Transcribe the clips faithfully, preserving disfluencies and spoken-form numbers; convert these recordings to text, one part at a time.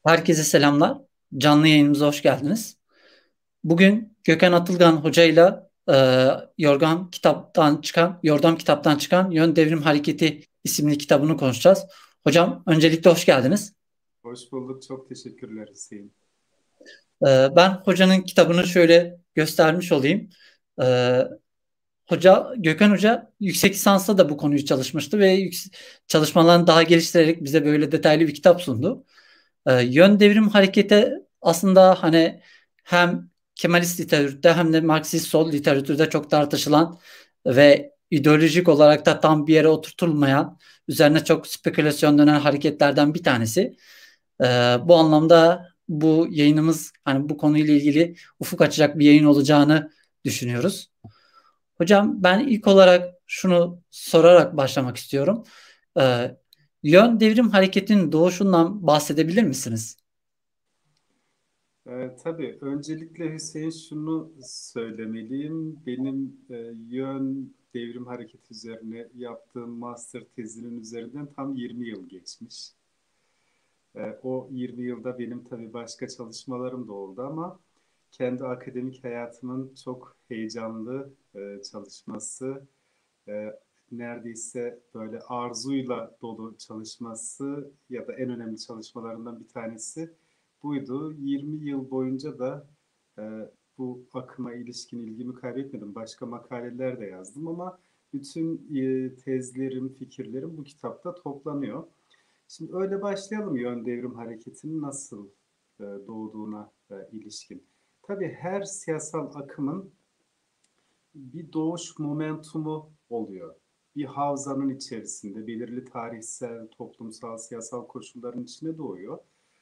Herkese selamlar. Canlı yayınımıza hoş geldiniz. Bugün Gökhan Atılgan hocayla e, Yorgam kitaptan çıkan, Yordam kitaptan çıkan Yön Devrim Hareketi isimli kitabını konuşacağız. Hocam öncelikle hoş geldiniz. Hoş bulduk. Çok teşekkürler Hüseyin. E, ben hocanın kitabını şöyle göstermiş olayım. E, Hoca Gökhan Hoca yüksek lisansta da bu konuyu çalışmıştı ve yüks- çalışmalarını daha geliştirerek bize böyle detaylı bir kitap sundu. Ee, yön devrim hareketi aslında hani hem Kemalist literatürde hem de Marksist sol literatürde çok tartışılan ve ideolojik olarak da tam bir yere oturtulmayan, üzerine çok spekülasyon dönen hareketlerden bir tanesi. Ee, Bu anlamda bu yayınımız hani bu konuyla ilgili ufuk açacak bir yayın olacağını düşünüyoruz. Hocam ben ilk olarak şunu sorarak başlamak istiyorum. Ee, Yön devrim hareketinin doğuşundan bahsedebilir misiniz? Ee, tabii öncelikle Hüseyin şunu söylemeliyim. Benim e, yön devrim hareketi üzerine yaptığım master tezinin üzerinden tam yirmi yıl geçmiş. Ee, o yirmi yılda benim tabii başka çalışmalarım da oldu ama kendi akademik hayatımın çok heyecanlı e, çalışması, e, neredeyse böyle arzuyla dolu çalışması ya da en önemli çalışmalarından bir tanesi buydu. yirmi yıl boyunca da e, bu akıma ilişkin ilgimi kaybetmedim. Başka makaleler de yazdım ama bütün e, tezlerim, fikirlerim bu kitapta toplanıyor. Şimdi öyle başlayalım yön devrim hareketinin nasıl e, doğduğuna e, ilişkin. Tabii her siyasal akımın bir doğuş momentumu oluyor. Bir havzanın içerisinde belirli tarihsel, toplumsal, siyasal koşulların içine doğuyor.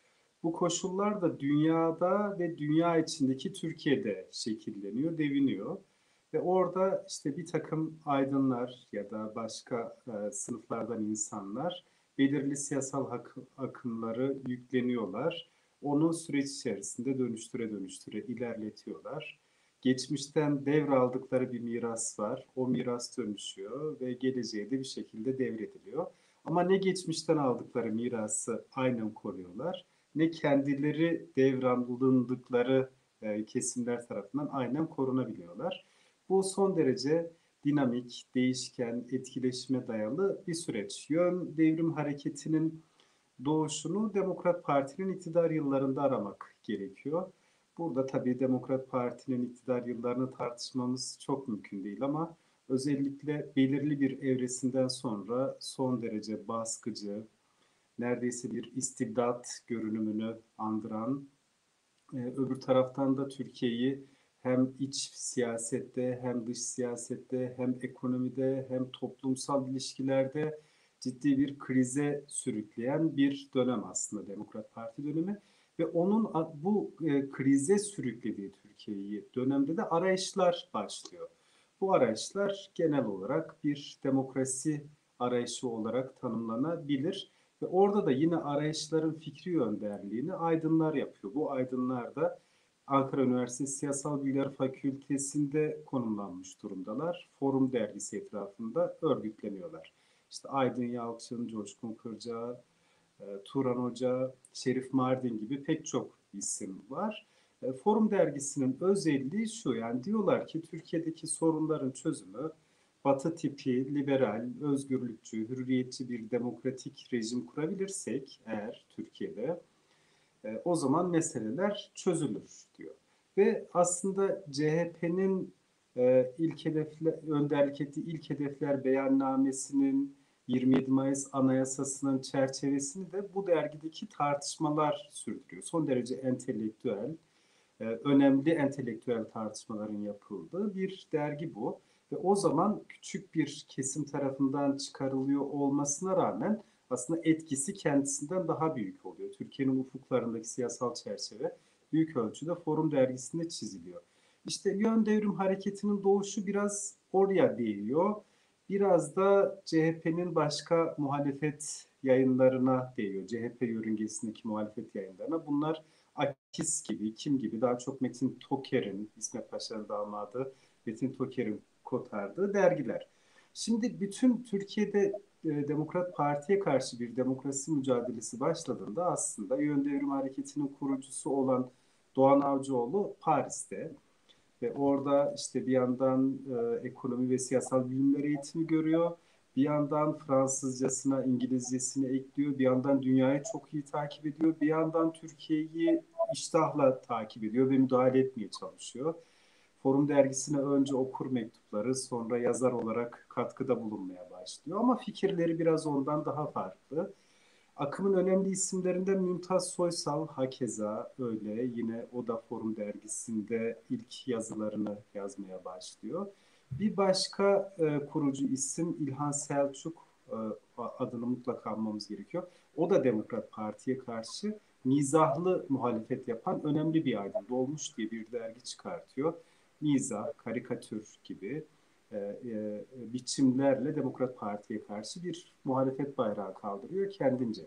Bu koşullar da dünyada ve dünya içindeki Türkiye'de şekilleniyor, deviniyor. Ve orada işte bir takım aydınlar ya da başka e, sınıflardan insanlar belirli siyasal hak, akımları yükleniyorlar. Onu süreç içerisinde dönüştüre dönüştüre ilerletiyorlar. Geçmişten devraldıkları bir miras var. O miras dönüşüyor ve geleceğe de bir şekilde devrediliyor. Ama ne geçmişten aldıkları mirası aynen koruyorlar, ne kendileri devralındıkları e, kesimler tarafından aynen korunabiliyorlar. Bu son derece dinamik, değişken, etkileşime dayalı bir süreç. Yön devrim hareketinin doğuşunu Demokrat Parti'nin iktidar yıllarında aramak gerekiyor. Burada tabii Demokrat Parti'nin iktidar yıllarını tartışmamız çok mümkün değil ama özellikle belirli bir evresinden sonra son derece baskıcı, neredeyse bir istibdat görünümünü andıran, e, öbür taraftan da Türkiye'yi hem iç siyasette hem dış siyasette hem ekonomide hem toplumsal ilişkilerde ciddi bir krize sürükleyen bir dönem aslında Demokrat Parti dönemi. Ve onun bu e, krize sürüklediği Türkiye'yi dönemde de arayışlar başlıyor. Bu arayışlar genel olarak bir demokrasi arayışı olarak tanımlanabilir. Ve orada da yine arayışların fikri önderliğini aydınlar yapıyor. Bu aydınlar da Ankara Üniversitesi Siyasal Bilgiler Fakültesi'nde konumlanmış durumdalar. Forum dergisi etrafında örgütleniyorlar. İşte Aydın Yalçın, Coşkun Kırca, e, Turan Hoca, Şerif Mardin gibi pek çok isim var. E, Forum dergisinin özelliği şu, yani diyorlar ki Türkiye'deki sorunların çözümü Batı tipi, liberal, özgürlükçü, hürriyetçi bir demokratik rejim kurabilirsek eğer Türkiye'de e, o zaman meseleler çözülür diyor. Ve aslında C H P'nin e, ilk hedefler, önderlik ettiği ilk hedefler beyannamesinin yirmi yedi Mayıs Anayasası'nın çerçevesini de bu dergideki tartışmalar sürdürüyor. Son derece entelektüel, e, önemli entelektüel tartışmaların yapıldığı bir dergi bu. Ve o zaman küçük bir kesim tarafından çıkarılıyor olmasına rağmen aslında etkisi kendisinden daha büyük oluyor. Türkiye'nin ufuklarındaki siyasal çerçeve büyük ölçüde Forum dergisinde çiziliyor. İşte yön devrim hareketinin doğuşu biraz oraya değiyor. Biraz da C H P'nin başka muhalefet yayınlarına değiyor. C H P yörüngesindeki muhalefet yayınlarına. Bunlar Akis gibi, Kim gibi, daha çok Metin Toker'in, İsmet Paşa'nın damadı Metin Toker'in kotardığı dergiler. Şimdi bütün Türkiye'de e, Demokrat Parti'ye karşı bir demokrasi mücadelesi başladığında aslında Yön Devrim Hareketi'nin kurucusu olan Doğan Avcıoğlu Paris'te. Ve orada işte bir yandan e, ekonomi ve siyasal bilimler eğitimi görüyor. Bir yandan Fransızcasına, İngilizcesine ekliyor. Bir yandan dünyayı çok iyi takip ediyor. Bir yandan Türkiye'yi iştahla takip ediyor ve müdahale etmeye çalışıyor. Forum dergisine önce okur mektupları, sonra yazar olarak katkıda bulunmaya başlıyor. Ama fikirleri biraz ondan daha farklı. Akımın önemli isimlerinden Mümtaz Soysal hakeza öyle. Yine o da Forum dergisinde ilk yazılarını yazmaya başlıyor. Bir başka e, kurucu isim İlhan Selçuk, e, adını mutlaka almamız gerekiyor. O da Demokrat Parti'ye karşı mizahlı muhalefet yapan önemli bir aydın. Dolmuş diye bir dergi çıkartıyor. Mizah, karikatür gibi e, e, biçimlerle Demokrat Parti'ye karşı bir muhalefet bayrağı kaldırıyor kendince.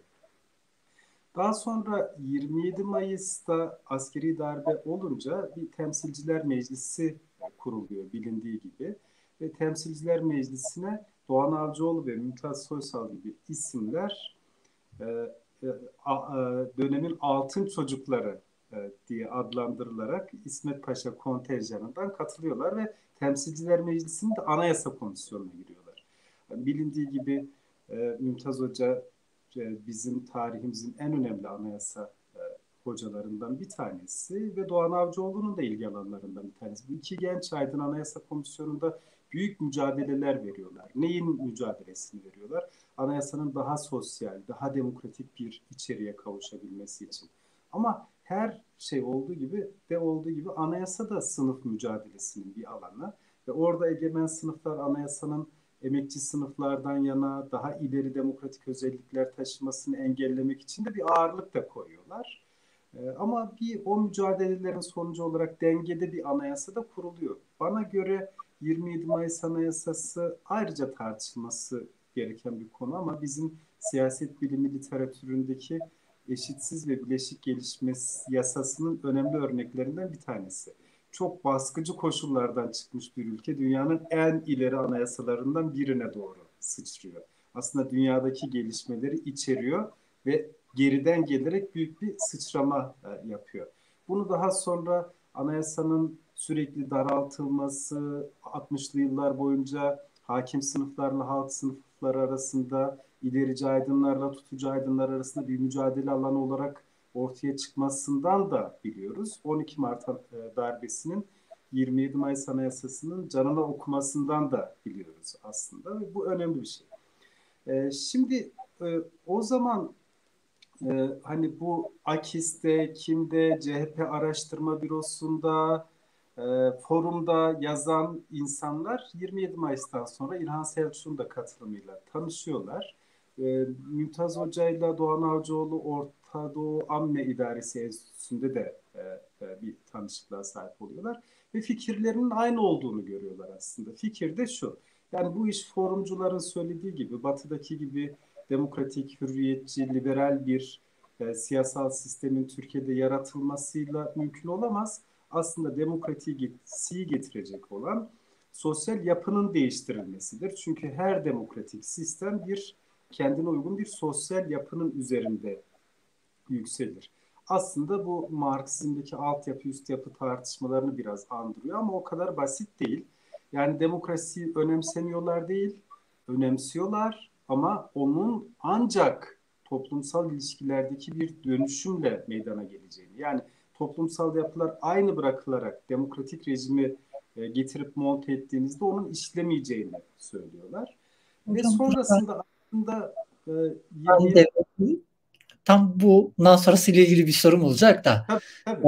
Daha sonra yirmi yedi Mayıs'ta askeri darbe olunca bir Temsilciler Meclisi kuruluyor bilindiği gibi. Ve Temsilciler Meclisi'ne Doğan Avcıoğlu ve Mümtaz Soysal gibi isimler e, e, a, e, dönemin altın çocukları e, diye adlandırılarak İsmet Paşa kontenjanından katılıyorlar ve Temsilciler Meclisi'nin de Anayasa Komisyonu'na giriyorlar. Yani bilindiği gibi e, Mümtaz Hoca e, bizim tarihimizin en önemli anayasa e, hocalarından bir tanesi ve Doğan Avcıoğlu'nun da ilgi alanlarından bir tanesi. Bu iki genç aydın Anayasa Komisyonu'nda büyük mücadeleler veriyorlar. Neyin mücadelesini veriyorlar? Anayasanın daha sosyal, daha demokratik bir içeriğe kavuşabilmesi için. Ama her şey olduğu gibi de olduğu gibi anayasa da sınıf mücadelesinin bir alanı ve orada egemen sınıflar anayasanın emekçi sınıflardan yana daha ileri demokratik özellikler taşımasını engellemek için de bir ağırlık da koyuyorlar. Ee, ama bir o mücadelelerin sonucu olarak dengede bir anayasa da kuruluyor. Bana göre yirmi yedi Mayıs Anayasası ayrıca tartışılması gereken bir konu ama bizim siyaset bilimi literatüründeki eşitsiz ve bileşik gelişme yasasının önemli örneklerinden bir tanesi. Çok baskıcı koşullardan çıkmış bir ülke dünyanın en ileri anayasalarından birine doğru sıçrıyor. Aslında dünyadaki gelişmeleri içeriyor ve geriden gelerek büyük bir sıçrama e, yapıyor. Bunu daha sonra anayasanın sürekli daraltılması, altmışlı yıllar boyunca hakim sınıflarla halk sınıfları arasında, ilerici aydınlarla tutucu aydınlar arasında bir mücadele alanı olarak ortaya çıkmasından da biliyoruz. on iki Mart darbesinin yirmi yedi Mayıs Anayasası'nın canına okumasından da biliyoruz aslında ve bu önemli bir şey. Ee, şimdi e, o zaman e, hani bu AKİS'te, KİM'de, C H P Araştırma Bürosu'nda, e, forumda yazan insanlar yirmi yedi Mayıs'tan sonra İlhan Selçuk'un da katılımıyla tanışıyorlar. E, Mümtaz Hoca ile Doğan Avcıoğlu Orta Doğu Amme İdaresi Enstitüsü'nde de e, e, bir tanışıklığa sahip oluyorlar. Ve fikirlerinin aynı olduğunu görüyorlar aslında. Fikir de şu, yani bu iş forumcuların söylediği gibi, batıdaki gibi demokratik, hürriyetçi, liberal bir e, siyasal sistemin Türkiye'de yaratılmasıyla mümkün olamaz. Aslında demokrasiyi getirecek olan sosyal yapının değiştirilmesidir. Çünkü her demokratik sistem bir kendine uygun bir sosyal yapının üzerinde yükselir. Aslında bu Marksizmdeki altyapı üst yapı tartışmalarını biraz andırıyor ama o kadar basit değil. Yani demokrasiyi önemsemiyorlar değil, önemsiyorlar ama onun ancak toplumsal ilişkilerdeki bir dönüşümle meydana geleceğini. Yani toplumsal yapılar aynı bırakılarak demokratik rejimi e, getirip monte ettiğinizde onun işlemeyeceğini söylüyorlar. Ve Hocam burada sonrasında aslında e, ben yirmi yedi de tam bundan sonrası ile ilgili bir sorum olacak da tabii, tabii. e,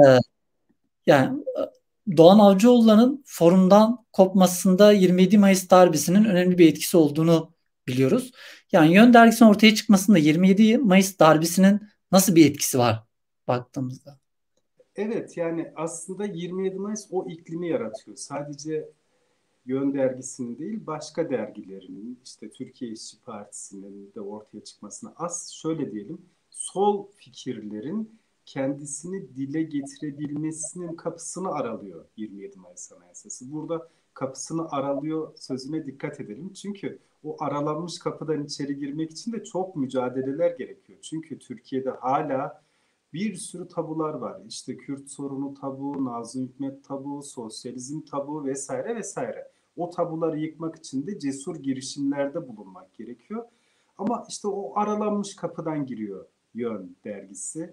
yani e, Doğan Avcıoğlu'nun forumdan kopmasında yirmi yedi Mayıs darbesinin önemli bir etkisi olduğunu biliyoruz. Yani Yön dergisinin ortaya çıkmasında yirmi yedi Mayıs darbesinin nasıl bir etkisi var baktığımızda? Evet, yani aslında yirmi yedi Mayıs o iklimi yaratıyor. Sadece Yön dergisinin değil başka dergilerinin işte Türkiye İşçi Partisi'nin de ortaya çıkmasına az şöyle diyelim sol fikirlerin kendisini dile getirebilmesinin kapısını aralıyor yirmi yedi Mayıs Anayasası. Burada kapısını aralıyor sözüne dikkat edelim. Çünkü o aralanmış kapıdan içeri girmek için de çok mücadeleler gerekiyor. Çünkü Türkiye'de hala bir sürü tabular var. İşte Kürt sorunu tabu, Nazım Hikmet tabu, sosyalizm tabu vesaire vesaire. O tabuları yıkmak için de cesur girişimlerde bulunmak gerekiyor. Ama işte o aralanmış kapıdan giriyor Yön dergisi.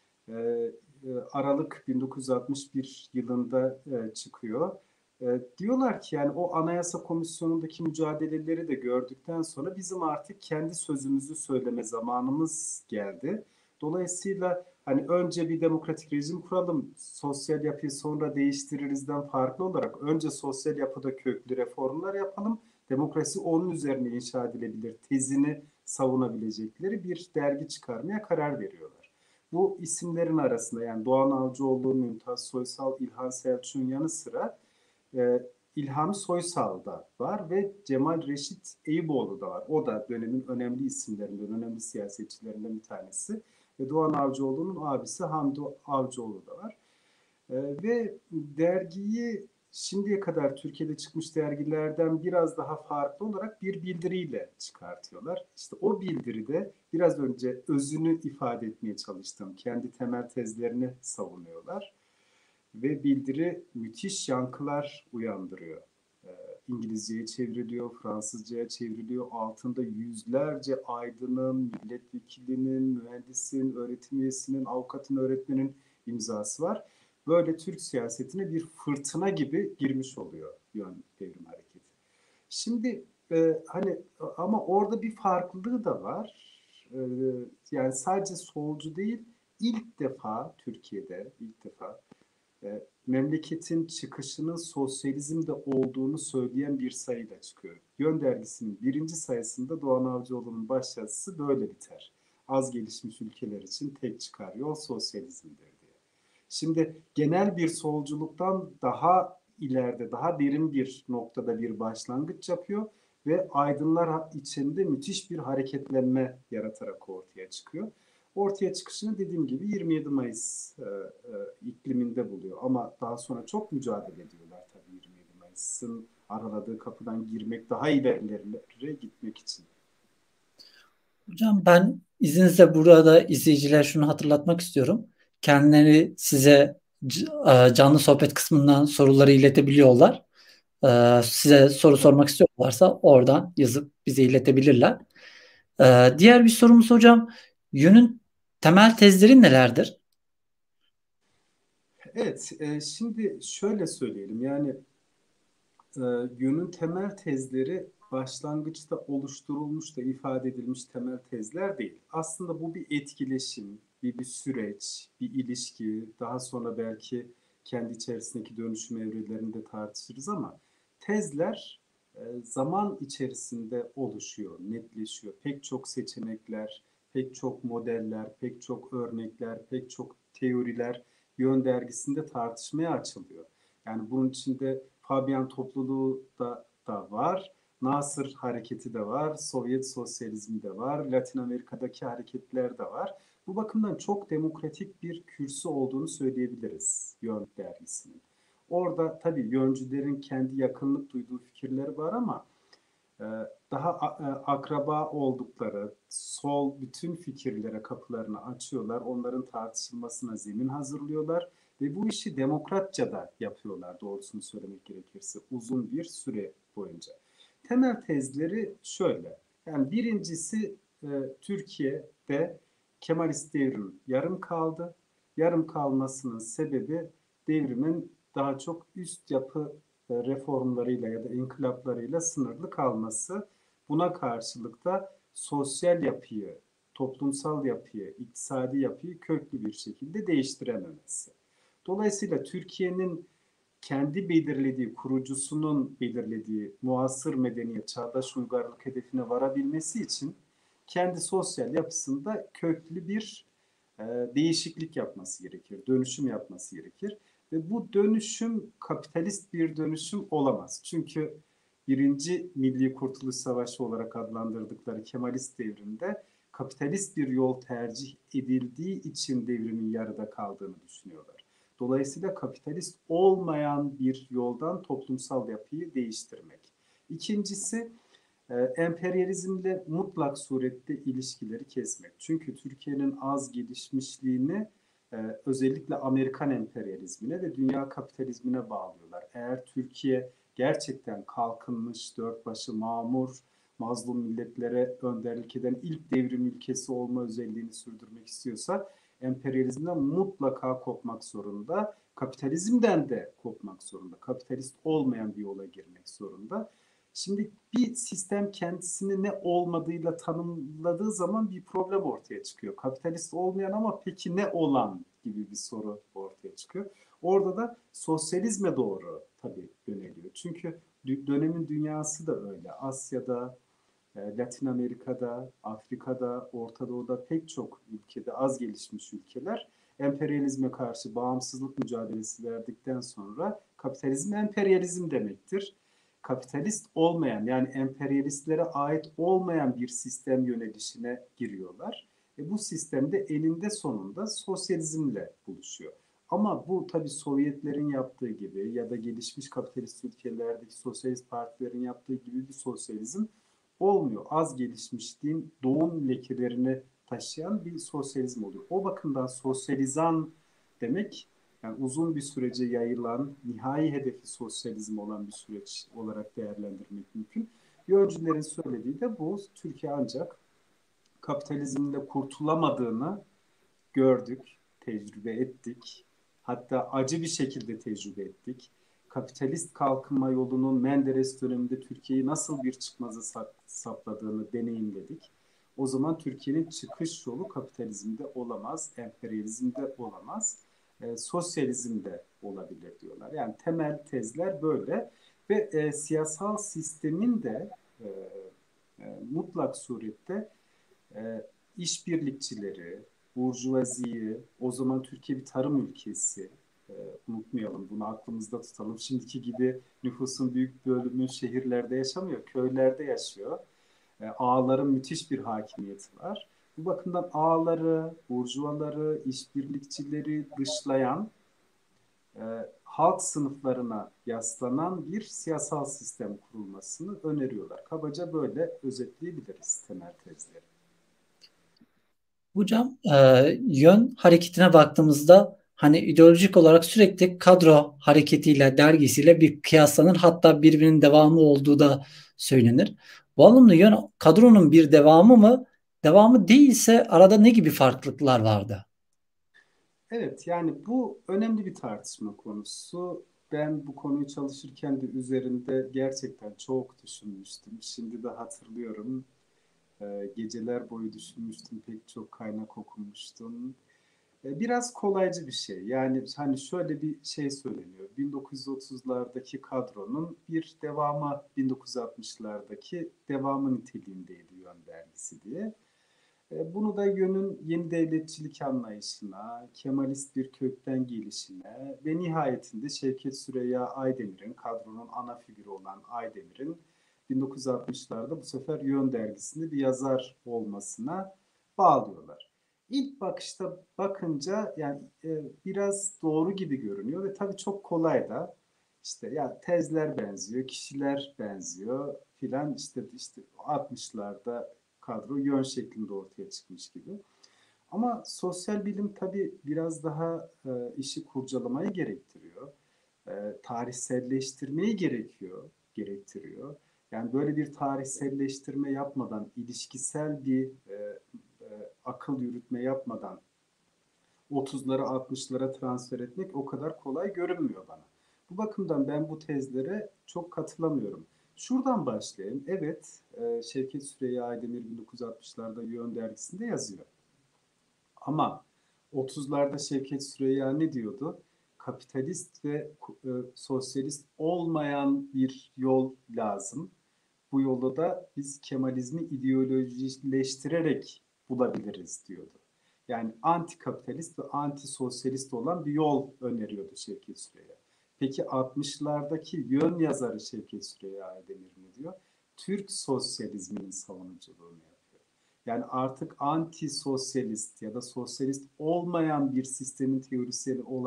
Ee, Aralık bin dokuz yüz altmış bir yılında e, çıkıyor. E, diyorlar ki yani o Anayasa Komisyonu'ndaki mücadeleleri de gördükten sonra bizim artık kendi sözümüzü söyleme zamanımız geldi. Dolayısıyla hani önce bir demokratik rejim kuralım, sosyal yapıyı sonra değiştiririzden farklı olarak önce sosyal yapıda köklü reformlar yapalım, demokrasi onun üzerine inşa edilebilir tezini savunabilecekleri bir dergi çıkarmaya karar veriyorlar. Bu isimlerin arasında yani Doğan Avcıoğlu, Mümtaz Soysal, İlhan Selçuk'un yanı sıra e, İlhami Soysal da var ve Cemal Reşit Eyüboğlu da var. O da dönemin önemli isimlerinden, önemli siyasetçilerinden bir tanesi. Ve Doğan Avcıoğlu'nun abisi Hamdi Avcıoğlu da var. E, ve dergiyi şimdiye kadar Türkiye'de çıkmış dergilerden biraz daha farklı olarak bir bildiriyle çıkartıyorlar. İşte o bildiride biraz önce özünü ifade etmeye çalıştım. Kendi temel tezlerini savunuyorlar. Ve bildiri müthiş yankılar uyandırıyor. Ee, İngilizceye çevriliyor, Fransızcaya çevriliyor. Altında yüzlerce aydının, milletvekilinin, mühendisin, öğretim üyesinin, avukatın, öğretmenin imzası var. Böyle Türk siyasetine bir fırtına gibi girmiş oluyor Yön Devrim Hareketi. Şimdi e, hani ama orada bir farklılığı da var. E, Yani sadece solcu değil, ilk defa Türkiye'de ilk defa e, memleketin çıkışının sosyalizmde olduğunu söyleyen bir sayıyla çıkıyor. Yön dergisinin birinci sayısında Doğan Avcıoğlu'nun başyazısı böyle biter. Az gelişmiş ülkeler için tek çıkar yol sosyalizmdir diye. Şimdi genel bir solculuktan daha ileride, daha derin bir noktada bir başlangıç yapıyor ve aydınlar içinde müthiş bir hareketlenme yaratarak ortaya çıkıyor. Ortaya çıkışını dediğim gibi yirmi yedi Mayıs e, e, ikliminde buluyor. Ama daha sonra çok mücadele ediyorlar tabii yirmi yedi Mayıs'ın araladığı kapıdan girmek, daha ilerilere gitmek için. Hocam ben izninizle burada izleyiciler şunu hatırlatmak istiyorum. Kendileri size c- e, canlı sohbet kısmından soruları iletebiliyorlar. E, Size soru sormak istiyorlarsa oradan yazıp bize iletebilirler. E, Diğer bir sorumuz hocam, Yön'ün temel tezleri nelerdir? Evet, e, şimdi şöyle söyleyelim. Yani e, Yön'ün temel tezleri başlangıçta oluşturulmuş da ifade edilmiş temel tezler değil. Aslında bu bir etkileşim, bir, bir süreç, bir ilişki. Daha sonra belki kendi içerisindeki dönüşüm evrelerinde de tartışırız ama tezler e, zaman içerisinde oluşuyor, netleşiyor. Pek çok seçenekler, pek çok modeller, pek çok örnekler, pek çok teoriler Yön dergisinde tartışmaya açılıyor. Yani bunun içinde Fabian topluluğu da, da var. Nasır hareketi de var. Sovyet sosyalizmi de var. Latin Amerika'daki hareketler de var. Bu bakımdan çok demokratik bir kürsü olduğunu söyleyebiliriz Yön dergisinin. Orada tabii yöncülerin kendi yakınlık duyduğu fikirleri var ama e, daha e, akraba oldukları sol bütün fikirlere kapılarını açıyorlar. Onların tartışılmasına zemin hazırlıyorlar ve bu işi demokratça da yapıyorlar doğrusunu söylemek gerekirse uzun bir süre boyunca. Temel tezleri şöyle. Yani birincisi e, Türkiye'de Kemalist devrim yarım kaldı. Yarım kalmasının sebebi devrimin daha çok üst yapı e, reformlarıyla ya da inkılaplarıyla sınırlı kalması. Buna karşılık da sosyal yapıyı, toplumsal yapıyı, iktisadi yapıyı köklü bir şekilde değiştirememesi. Dolayısıyla Türkiye'nin kendi belirlediği, kurucusunun belirlediği muasır medeniyet, çağdaş uygarlık hedefine varabilmesi için kendi sosyal yapısında köklü bir e, değişiklik yapması gerekir, dönüşüm yapması gerekir. Ve bu dönüşüm kapitalist bir dönüşüm olamaz. Çünkü birinci Milli Kurtuluş Savaşı olarak adlandırdıkları Kemalist devrimde kapitalist bir yol tercih edildiği için devrimin yarıda kaldığını düşünüyorlar. Dolayısıyla kapitalist olmayan bir yoldan toplumsal yapıyı değiştirmek. İkincisi, e, emperyalizmle mutlak surette ilişkileri kesmek. Çünkü Türkiye'nin az gelişmişliğini e, özellikle Amerikan emperyalizmine ve dünya kapitalizmine bağlıyorlar. Eğer Türkiye gerçekten kalkınmış, dört başı mamur, mazlum milletlere önderlik eden ilk devrim ülkesi olma özelliğini sürdürmek istiyorsa emperyalizmden mutlaka kopmak zorunda. Kapitalizmden de kopmak zorunda. Kapitalist olmayan bir yola girmek zorunda. Şimdi bir sistem kendisini ne olmadığıyla tanımladığı zaman bir problem ortaya çıkıyor. Kapitalist olmayan ama peki ne olan gibi bir soru ortaya çıkıyor. Orada da sosyalizme doğru tabii yöneliyor. Çünkü dönemin dünyası da öyle. Asya'da, Latin Amerika'da, Afrika'da, Orta Doğu'da pek çok ülkede az gelişmiş ülkeler emperyalizme karşı bağımsızlık mücadelesi verdikten sonra kapitalizm emperyalizm demektir. Kapitalist olmayan yani emperyalistlere ait olmayan bir sistem yönelişine giriyorlar. E bu sistemde eninde sonunda sosyalizmle buluşuyor. Ama bu tabii Sovyetlerin yaptığı gibi ya da gelişmiş kapitalist ülkelerdeki sosyalist partilerin yaptığı gibi bir sosyalizm olmuyor. Az gelişmişliğin doğum lekelerini taşıyan bir sosyalizm oluyor. O bakımdan sosyalizan demek yani uzun bir sürece yayılan, nihai hedefi sosyalizm olan bir süreç olarak değerlendirmek mümkün. Yöncülerin söylediği de bu. Türkiye ancak kapitalizmle kurtulamadığını gördük, tecrübe ettik. Hatta acı bir şekilde tecrübe ettik. Kapitalist kalkınma yolunun Menderes döneminde Türkiye'yi nasıl bir çıkmaza sapladığını deneyimledik. O zaman Türkiye'nin çıkış yolu kapitalizmde olamaz, emperyalizmde olamaz, e, sosyalizmde olabilir diyorlar. Yani temel tezler böyle ve e, siyasal sistemin de e, e, mutlak surette e, işbirlikçileri, burjuvaziyi, o zaman Türkiye bir tarım ülkesi, e, unutmayalım bunu aklımızda tutalım. Şimdiki gibi nüfusun büyük bölümü şehirlerde yaşamıyor, köylerde yaşıyor. E, ağaların müthiş bir hakimiyeti var. Bu bakımdan ağaları, burjuvaları, işbirlikçileri dışlayan, e, halk sınıflarına yaslanan bir siyasal sistem kurulmasını öneriyorlar. Kabaca böyle özetleyebiliriz temel tezleri. Hocam e, yön hareketine baktığımızda hani ideolojik olarak sürekli kadro hareketiyle dergisiyle bir kıyaslanır, hatta birbirinin devamı olduğu da söylenir. Bu anlamda yön kadronun bir devamı mı? Devamı değilse arada ne gibi farklılıklar vardı? Evet, yani bu önemli bir tartışma konusu. Ben bu konuyu çalışırken de üzerinde gerçekten çok düşünmüştüm. Şimdi de hatırlıyorum. Ee, geceler boyu düşünmüştüm, pek çok kaynak okumuştum. Ee, biraz kolaycı bir şey. Yani hani şöyle bir şey söyleniyor. bin dokuz yüz otuzlardaki kadronun bir devamı bin dokuz yüz altmışlardaki devamı niteliğindeydi Yön Dergisi diye. E, Bunu da yönün yeni devletçilik anlayışına, Kemalist bir kökten gelişine ve nihayetinde Şevket Süreyya Aydemir'in, kadronun ana figürü olan Aydemir'in bin dokuz yüz altmışlarda bu sefer Yön dergisinde bir yazar olmasına bağlıyorlar. İlk bakışta bakınca yani e, biraz doğru gibi görünüyor ve tabii çok kolay da işte ya tezler benziyor, kişiler benziyor filan işte işte altmışlarda kadro yön şeklinde ortaya çıkmış gibi. Ama sosyal bilim tabii biraz daha e, işi kurcalamayı gerektiriyor. E, tarihselleştirmeyi gerekiyor, gerektiriyor. Yani böyle bir tarihselleştirme yapmadan, ilişkisel bir e, e, akıl yürütme yapmadan otuzlara altmışlara transfer etmek o kadar kolay görünmüyor bana. Bu bakımdan ben bu tezlere çok katılamıyorum. Şuradan başlayayım. Evet, e, Şevket Süreyya Aydemir bin dokuz yüz altmışlarda Yön dergisinde yazıyor. Ama otuzlarda Şevket Süreyya ne diyordu? Kapitalist ve e, sosyalist olmayan bir yol lazım. Bu yolu da biz Kemalizmi ideolojileştirerek bulabiliriz diyordu. Yani anti kapitalist ve anti sosyalist olan bir yol öneriyordu Şevket Süreyya. Peki altmışlardaki yön yazarı Şevket Süreyya Aydemir ne diyor? Türk sosyalizminin savunuculuğunu yapıyor. Yani artık anti sosyalist ya da sosyalist olmayan bir sistemin teorisyeni olan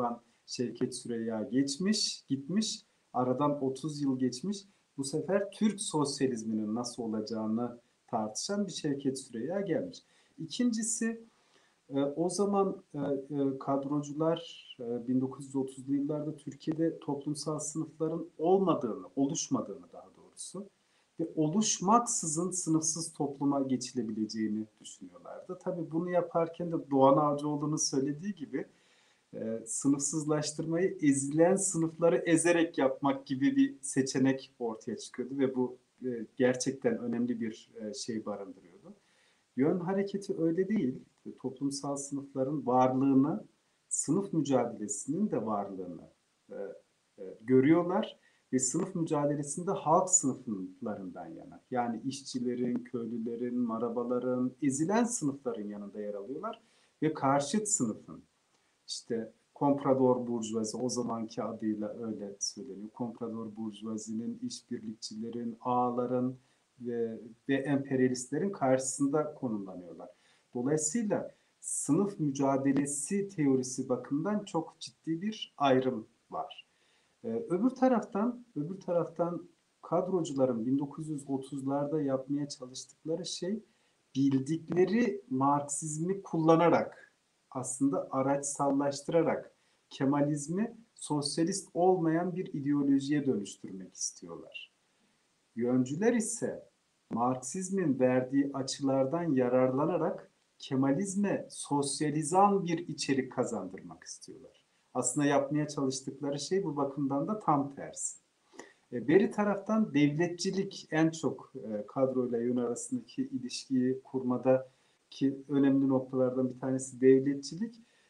Şevket Süreyya geçmiş, gitmiş. Aradan otuz yıl geçmiş. Bu sefer Türk sosyalizminin nasıl olacağını tartışan bir Şevket Süreyya gelmiş. İkincisi, e, o zaman e, e, kadrocular e, bin dokuz yüz otuzlu yıllarda Türkiye'de toplumsal sınıfların olmadığını, oluşmadığını daha doğrusu ve oluşmaksızın sınıfsız topluma geçilebileceğini düşünüyorlardı. Tabii bunu yaparken de Doğan Avcıoğlu'nun söylediği gibi e, sınıfsızlaştırmayı ezilen sınıfları ezerek yapmak gibi bir seçenek ortaya çıkıyordu ve bu e, gerçekten önemli bir e, şey barındırıyordu. Yön hareketi öyle değil. Toplumsal sınıfların varlığını, sınıf mücadelesinin de varlığını e, e, görüyorlar ve sınıf mücadelesinde halk sınıflarından yana, yani işçilerin, köylülerin, marabaların, ezilen sınıfların yanında yer alıyorlar ve karşıt sınıfın, işte komprador burjuvazi, o zamanki adıyla öyle söyleniyor. Komprador burjuvazinin, işbirlikçilerin, ağaların ve, ve emperyalistlerin karşısında konumlanıyorlar. Dolayısıyla sınıf mücadelesi teorisi bakımından çok ciddi bir ayrım var. Ee, öbür taraftan, öbür taraftan kadrocuların bin dokuz yüz otuzlarda yapmaya çalıştıkları şey, bildikleri Marksizmi kullanarak, aslında araçsallaştırarak Kemalizmi sosyalist olmayan bir ideolojiye dönüştürmek istiyorlar. Yöncüler ise Marksizmin verdiği açılardan yararlanarak Kemalizme sosyalizan bir içerik kazandırmak istiyorlar. Aslında yapmaya çalıştıkları şey bu bakımdan da tam tersi. Beri taraftan devletçilik en çok kadroyla yön arasındaki ilişkiyi kurmada ki önemli noktalardan bir tanesi devletçilik.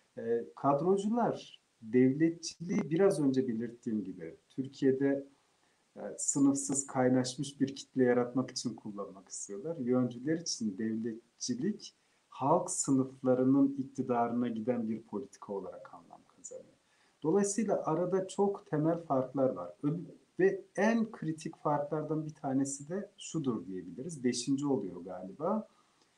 Kadrocular devletçiliği biraz önce belirttiğim gibi Türkiye'de sınıfsız kaynaşmış bir kitle yaratmak için kullanmak istiyorlar. Yöncüler için devletçilik halk sınıflarının iktidarına giden bir politika olarak anlam kazanıyor. Dolayısıyla arada çok temel farklar var. Ve en kritik farklardan bir tanesi de şudur diyebiliriz. Beşinci oluyor galiba.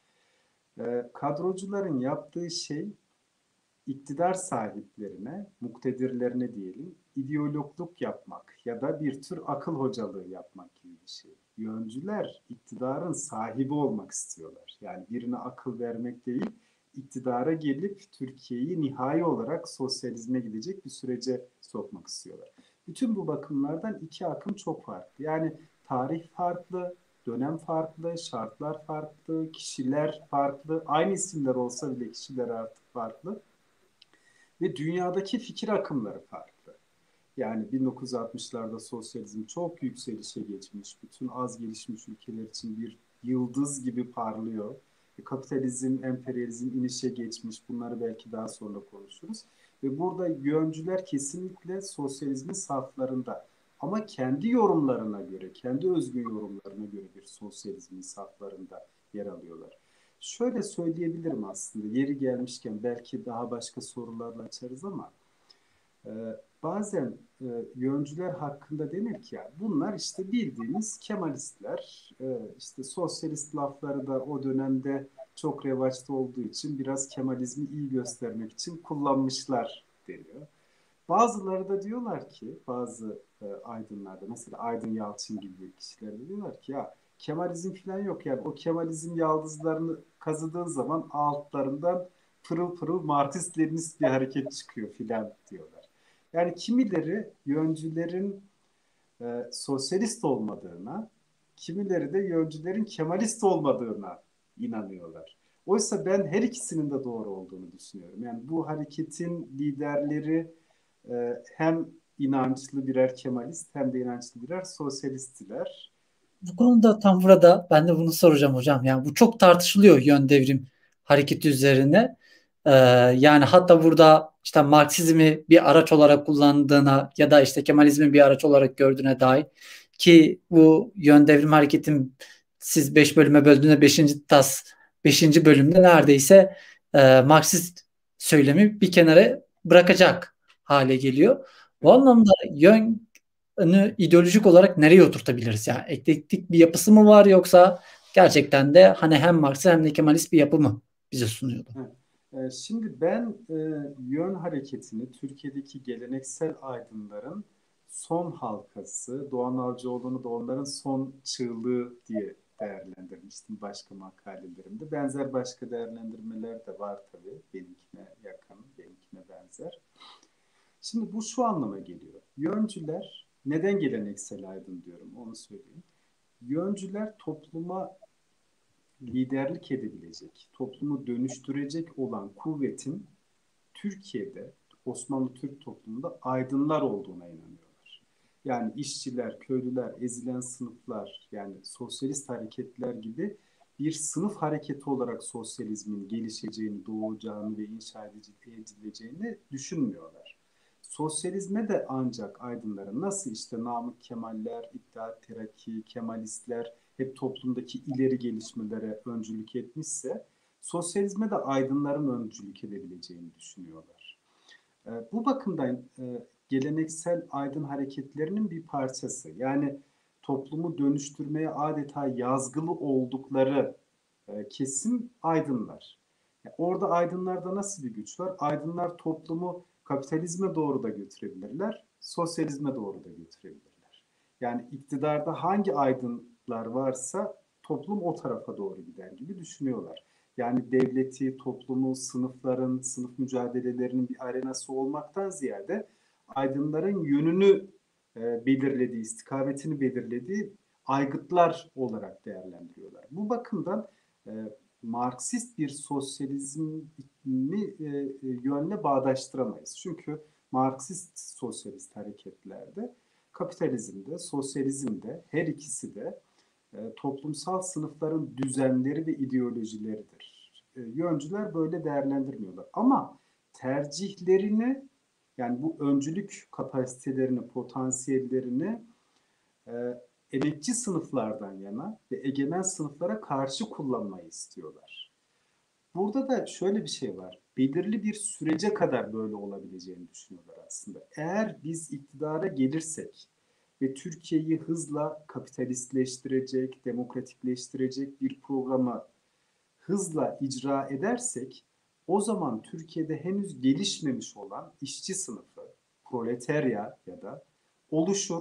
Kadrocuların yaptığı şey, iktidar sahiplerine, muktedirlerine diyelim, ideologluk yapmak ya da bir tür akıl hocalığı yapmak gibi bir şey. Yöncüler iktidarın sahibi olmak istiyorlar. Yani birine akıl vermek değil, iktidara gelip Türkiye'yi nihai olarak sosyalizme gidecek bir sürece sokmak istiyorlar. Bütün bu bakımlardan iki akım çok farklı. Yani tarih farklı, dönem farklı, şartlar farklı, kişiler farklı. Aynı isimler olsa bile kişiler artık farklı. Ve dünyadaki fikir akımları farklı. Yani bin dokuz yüz altmışlarda sosyalizm çok yükselişe geçmiş. Bütün az gelişmiş ülkeler için bir yıldız gibi parlıyor. Kapitalizm, emperyalizm inişe geçmiş. Bunları belki daha sonra konuşuruz. Ve burada yöncüler kesinlikle sosyalizmin saflarında. Ama kendi yorumlarına göre, kendi özgün yorumlarına göre bir sosyalizmin saflarında yer alıyorlar. Şöyle söyleyebilirim aslında, yeri gelmişken belki daha başka sorularla açarız ama e, bazen e, yöncüler hakkında denir ki ya bunlar işte bildiğimiz Kemalistler, e, işte sosyalist lafları da o dönemde çok revaçta olduğu için biraz Kemalizmi iyi göstermek için kullanmışlar deniyor. Bazıları da diyorlar ki, bazı e, aydınlarda, mesela Aydın Yalçın gibi kişiler de diyorlar ki ya Kemalizm falan yok, yani o Kemalizm yaldızlarını kazıdığın zaman altlarından pırıl pırıl Marksist Leninist bir hareket çıkıyor filan diyorlar. Yani kimileri yöncülerin e, sosyalist olmadığına, kimileri de yöncülerin Kemalist olmadığına inanıyorlar. Oysa ben her ikisinin de doğru olduğunu düşünüyorum. Yani bu hareketin liderleri e, hem inançlı birer Kemalist hem de inançlı birer sosyalisttiler. Bu konuda tam burada ben de bunu soracağım hocam. Yani bu çok tartışılıyor yön devrim hareketi üzerine. Ee, yani hatta burada işte Marksizmi bir araç olarak kullandığına ya da işte Kemalizmi bir araç olarak gördüğüne dair ki bu yön devrim hareketin siz beş bölüme böldüğünde beşinci tas beşinci bölümde neredeyse e, Marksist söylemi bir kenara bırakacak hale geliyor. Bu anlamda yön ideolojik olarak nereye oturtabiliriz? Yani eklektik bir yapısı mı var yoksa gerçekten de hani hem Marksist hem de Kemalist bir yapı mı bize sunuyordu? Ee, Şimdi ben e, yön hareketini Türkiye'deki geleneksel aydınların son halkası, Doğan Avcıoğlu'nu da onların son çığlığı diye değerlendirmiştim başka makalelerimde. Benzer başka değerlendirmeler de var tabii. Benimkine yakın, benimkine benzer. Şimdi bu şu anlama geliyor. Yöncüler, neden geleneksel aydın diyorum onu söyleyeyim. Yöncüler topluma liderlik edebilecek, toplumu dönüştürecek olan kuvvetin Türkiye'de, Osmanlı Türk toplumunda aydınlar olduğuna inanıyorlar. Yani işçiler, köylüler, ezilen sınıflar, yani sosyalist hareketler gibi bir sınıf hareketi olarak sosyalizmin gelişeceğini, doğacağını ve inşa edileceğini düşünmüyorlar. Sosyalizme de ancak aydınların nasıl işte Namık Kemaller, İttihat Terakki, Kemalistler hep toplumdaki ileri gelişmelere öncülük etmişse sosyalizme de aydınların öncülük edebileceğini düşünüyorlar. E, bu bakımdan e, geleneksel aydın hareketlerinin bir parçası. Yani toplumu dönüştürmeye adeta yazgılı oldukları e, kesim aydınlar. Yani orada aydınlarda nasıl bir güç var? Aydınlar toplumu kapitalizme doğru da götürebilirler, sosyalizme doğru da götürebilirler. Yani iktidarda hangi aydınlar varsa toplum o tarafa doğru gider gibi düşünüyorlar. Yani devleti, toplumu, sınıfların, sınıf mücadelelerinin bir arenası olmaktan ziyade aydınların yönünü e, belirlediği, istikametini belirlediği aygıtlar olarak değerlendiriyorlar. Bu bakımdan e, Marksist bir sosyalizmi e, e, yönle bağdaştıramayız. Çünkü Marksist sosyalist hareketlerde kapitalizmde, sosyalizmde her ikisi de e, toplumsal sınıfların düzenleri ve ideolojileridir. E, yöncüler böyle değerlendirmiyorlar. Ama tercihlerini yani bu öncülük kapasitelerini, potansiyellerini e, emekçi sınıflardan yana ve egemen sınıflara karşı kullanmayı istiyorlar. Burada da şöyle bir şey var. Belirli bir sürece kadar böyle olabileceğini düşünüyorlar aslında. Eğer biz iktidara gelirsek ve Türkiye'yi hızla kapitalistleştirecek, demokratikleştirecek bir programı hızla icra edersek o zaman Türkiye'de henüz gelişmemiş olan işçi sınıfı, proletarya ya da oluşur,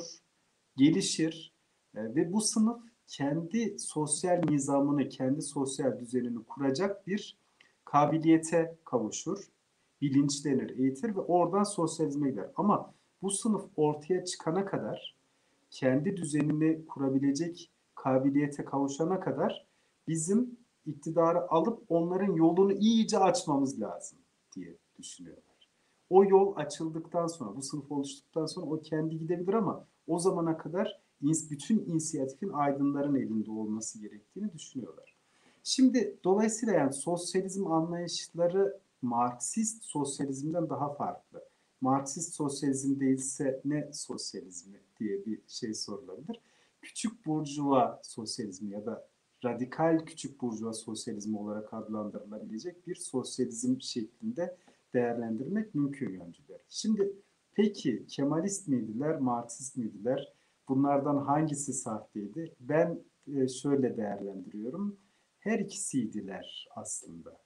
gelişir e, ve bu sınıf kendi sosyal nizamını, kendi sosyal düzenini kuracak bir kabiliyete kavuşur, bilinçlenir, eğitir ve oradan sosyalizme gider. Ama bu sınıf ortaya çıkana kadar, kendi düzenini kurabilecek kabiliyete kavuşana kadar bizim iktidarı alıp onların yolunu iyice açmamız lazım diye düşünüyorlar. O yol açıldıktan sonra, bu sınıf oluştuktan sonra o kendi gidebilir ama o zamana kadar bütün inisiyatifin aydınların elinde olması gerektiğini düşünüyorlar. Şimdi dolayısıyla yani sosyalizm anlayışları Marksist sosyalizmden daha farklı. Marksist sosyalizm değilse ne sosyalizmi diye bir şey sorulabilir. Küçük burjuva sosyalizmi ya da radikal küçük burjuva sosyalizmi olarak adlandırılabilecek bir sosyalizm şeklinde değerlendirmek mümkün yöncüler. Şimdi peki Kemalist miydiler, Marksist miydiler? Bunlardan hangisi sahteydi? Ben e, şöyle değerlendiriyorum. Her ikisiydiler aslında.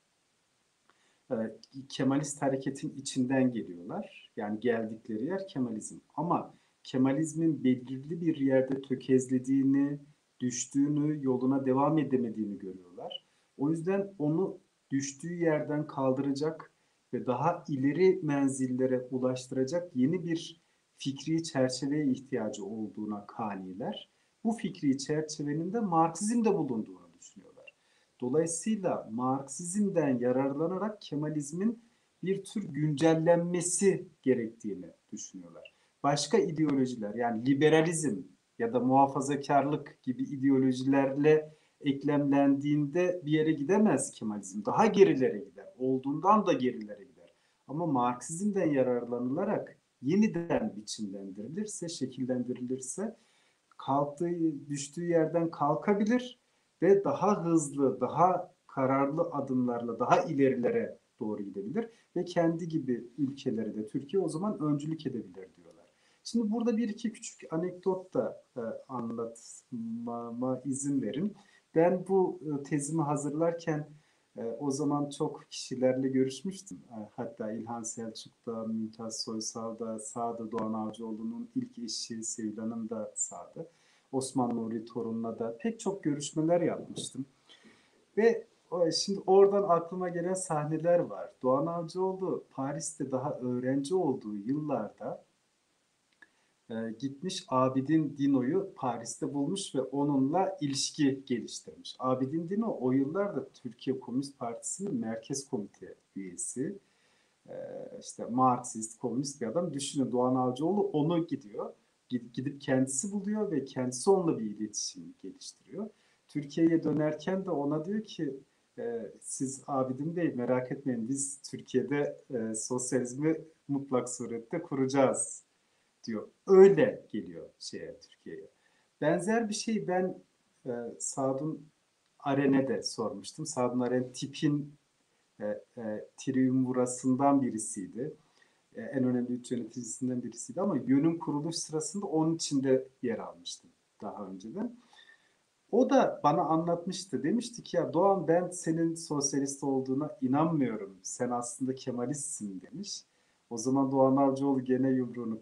E, Kemalist hareketin içinden geliyorlar. Yani geldikleri yer Kemalizm. Ama Kemalizmin belirli bir yerde tökezlediğini, düştüğünü, yoluna devam edemediğini görüyorlar. O yüzden onu düştüğü yerden kaldıracak ve daha ileri menzillere ulaştıracak yeni bir fikri çerçeveye ihtiyacı olduğuna kaniler. Bu fikri çerçevenin de Marksizm'de bulunduğunu düşünüyorlar. Dolayısıyla Marksizm'den yararlanarak Kemalizmin bir tür güncellenmesi gerektiğini düşünüyorlar. Başka ideolojiler yani liberalizm ya da muhafazakarlık gibi ideolojilerle eklemlendiğinde bir yere gidemez Kemalizm. Daha gerilere gider. Olduğundan da gerilere gider. Ama Marksizm'den yararlanılarak yeniden biçimlendirilirse, şekillendirilirse kalktığı, düştüğü yerden kalkabilir ve daha hızlı, daha kararlı adımlarla daha ilerilere doğru gidebilir ve kendi gibi ülkeleri de Türkiye o zaman öncülük edebilir diyorlar. Şimdi burada bir iki küçük anekdot da e, anlatmama izin verin. Ben bu e, tezimi hazırlarken E, o zaman çok kişilerle görüşmüştüm. E, hatta İlhan Selçuk'ta, Mümtaz Soysal'da, Sağda Doğan Avcıoğlu'nun ilk eşi Sevil Hanım da Sağda. Osman Nuri Torun'la da pek çok görüşmeler yapmıştım. Ve o- şimdi oradan aklıma gelen sahneler var. Doğan Avcıoğlu Paris'te daha öğrenci olduğu yıllarda e, gitmiş Abidin Dino'yu Paris'te bulmuş ve onunla ilişki geliştirmiş. Abidin Dino o yıllarda Türkiye Komünist Partisi'nin merkez komite üyesi. E, işte Marksist, komünist bir adam. Düşünün, Doğan Avcıoğlu onu gidiyor. Gidip kendisi buluyor ve kendisi onunla bir iletişim geliştiriyor. Türkiye'ye dönerken de ona diyor ki e, siz Abidin Bey merak etmeyin, biz Türkiye'de e, sosyalizmi mutlak surette kuracağız diyor. Öyle geliyor şeye, Türkiye'ye. Benzer bir şey ben e, Sadun Aren'e de sormuştum. Sadun Aren tipin e, e, triumvirasından birisiydi. E, en önemli üç yöneticisinden birisiydi ama yönün kuruluş sırasında onun içinde yer almıştım daha önceden. O da bana anlatmıştı. Demişti ki ya Doğan, ben senin sosyalist olduğuna inanmıyorum. Sen aslında Kemalistsin demiş. O zaman Doğan Avcıoğlu gene yumruğunu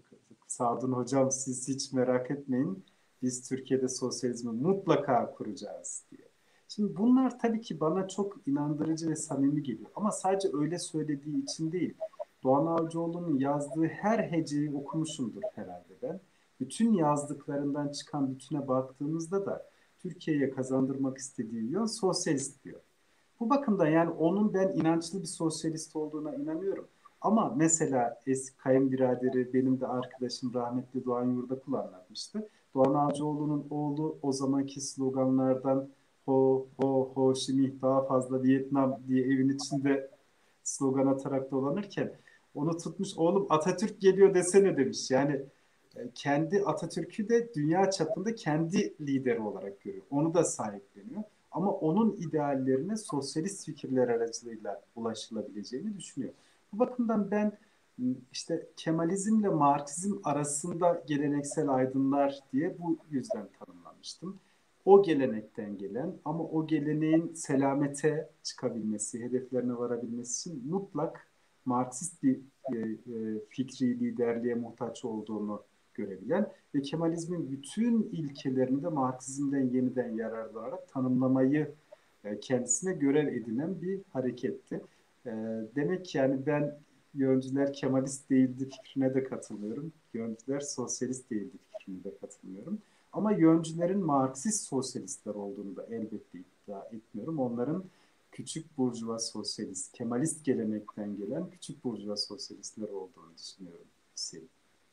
Sadun hocam siz hiç merak etmeyin. Biz Türkiye'de sosyalizmi mutlaka kuracağız diye. Şimdi bunlar tabii ki bana çok inandırıcı ve samimi geliyor. Ama sadece öyle söylediği için değil. Doğan Avcıoğlu'nun yazdığı her heceyi okumuşumdur herhalde ben. Bütün yazdıklarından çıkan bütüne baktığımızda da Türkiye'ye kazandırmak istediği yön sosyalist diyor. Bu bakımdan yani onun ben inançlı bir sosyalist olduğuna inanıyorum. Ama mesela eski kayınbiraderi, benim de arkadaşım rahmetli Doğan Yurdakul anlatmıştı. Doğan Avcıoğlu'nun oğlu o zamanki sloganlardan ho ho ho şimdi daha fazla Vietnam diye evin içinde slogan atarak dolanırken onu tutmuş, oğlum Atatürk geliyor desene demiş. Yani e, kendi Atatürk'ü de dünya çapında kendi lideri olarak görüyor. Onu da sahipleniyor. Ama onun ideallerine sosyalist fikirler aracılığıyla ulaşılabileceğini düşünüyor. Bu bakımdan ben işte Kemalizmle Marksizm arasında geleneksel aydınlar diye bu yüzden tanımlamıştım. O gelenekten gelen ama o geleneğin selamete çıkabilmesi, hedeflerine varabilmesi için mutlak Marksist bir e, e, fikri liderliğe muhtaç olduğunu görebilen ve Kemalizmin bütün ilkelerini de Marksizmden yeniden yararlanarak tanımlamayı e, kendisine görev edinen bir hareketti. E, demek ki yani ben yöncüler Kemalist değildi fikrine de katılıyorum. Yöncüler sosyalist değildi fikrine de katılıyorum. Ama yöncülerin Marksist sosyalistler olduğunu da elbette iddia etmiyorum. Onların küçük burjuva sosyalist, Kemalist gelenekten gelen küçük burjuva sosyalistler olduğunu düşünüyorum. Hüseyin.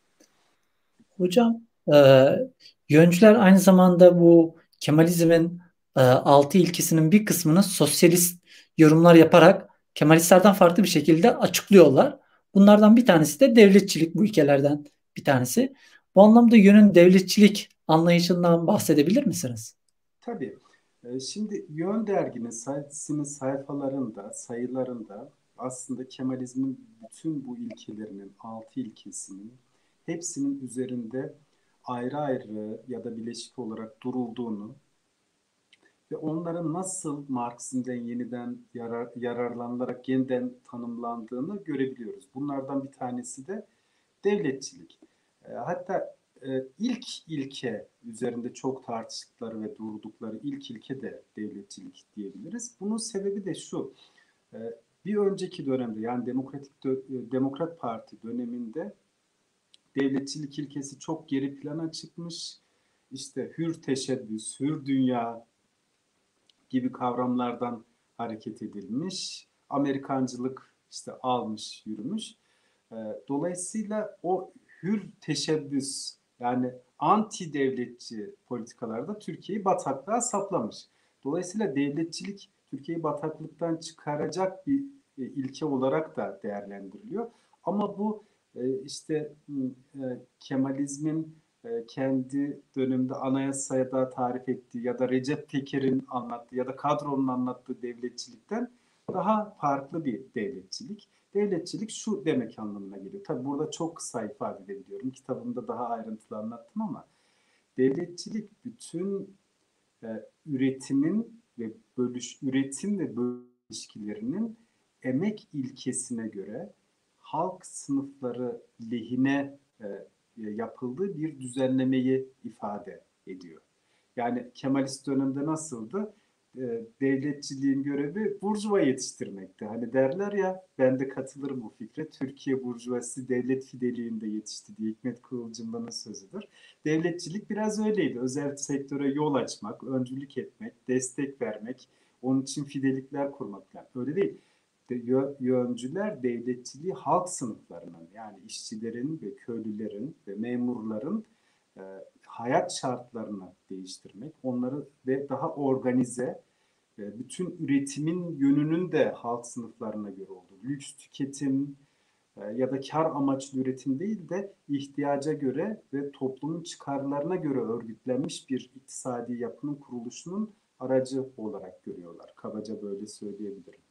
Hocam, e, yöncüler aynı zamanda bu Kemalizmin e, altı ilkesinin bir kısmını sosyalist yorumlar yaparak Kemalistlerden farklı bir şekilde açıklıyorlar. Bunlardan bir tanesi de devletçilik, bu ilkelerden bir tanesi. Bu anlamda yönün devletçilik anlayışından bahsedebilir misiniz? Tabii. E, Şimdi Yön Dergi'nin sayfasının sayfalarında, sayılarında aslında Kemalizmin bütün bu ilkelerinin, altı ilkesinin hepsinin üzerinde ayrı ayrı ya da bileşik olarak durulduğunu ve onların nasıl Marksizm'den yeniden yarar, yararlanılarak yeniden tanımlandığını görebiliyoruz. Bunlardan bir tanesi de devletçilik. E, hatta e, ilk ilke üzerinde çok tartıştıkları ve durdukları ilk ilke de devletçilik diyebiliriz. Bunun sebebi de şu. E, bir önceki dönemde yani Demokratik Dö- Demokrat Parti döneminde devletçilik ilkesi çok geri plana çıkmış. İşte hür teşebbüs, hür dünya gibi kavramlardan hareket edilmiş. Amerikancılık işte almış, yürümüş. Ee, Dolayısıyla o hür teşebbüs yani anti devletçi politikalarda Türkiye'yi bataklığa saplamış. Dolayısıyla devletçilik Türkiye'yi bataklıktan çıkaracak bir e, ilke olarak da değerlendiriliyor. Ama bu e, işte e, Kemalizmin e, kendi döneminde anayasaya da tarif ettiği ya da Recep Teker'in anlattığı ya da kadronun anlattığı devletçilikten daha farklı bir devletçilik. Devletçilik şu demek anlamına geliyor. Tabi burada çok kısa ifade edebiliyorum. Kitabımda daha ayrıntılı anlattım ama devletçilik bütün e, üretimin ve bölüş üretim ve bölüş ilişkilerinin emek ilkesine göre halk sınıfları lehine e, yapıldığı bir düzenlemeyi ifade ediyor. Yani Kemalist dönemde nasıldı? E, devletçiliğin görevi burjuva yetiştirmekti. Hani derler ya, ben de katılırım bu fikre. Türkiye burjuvası devlet fideliğinde yetişti diye Hikmet Kıvılcımlı'nın sözüdür. Devletçilik biraz öyleydi. Özel sektöre yol açmak, öncülük etmek, destek vermek, onun için fidelikler kurmak falan. Öyle değil. Yöncüler devletçiliği halk sınıflarının, yani işçilerin ve köylülerin ve memurların e, hayat şartlarını değiştirmek, onları ve daha organize, e, bütün üretimin yönünün de halk sınıflarına göre olduğu, lüks tüketim e, ya da kar amaçlı üretim değil de ihtiyaca göre ve toplumun çıkarlarına göre örgütlenmiş bir iktisadi yapının kuruluşunun aracı olarak görüyorlar. Kabaca böyle söyleyebilirim.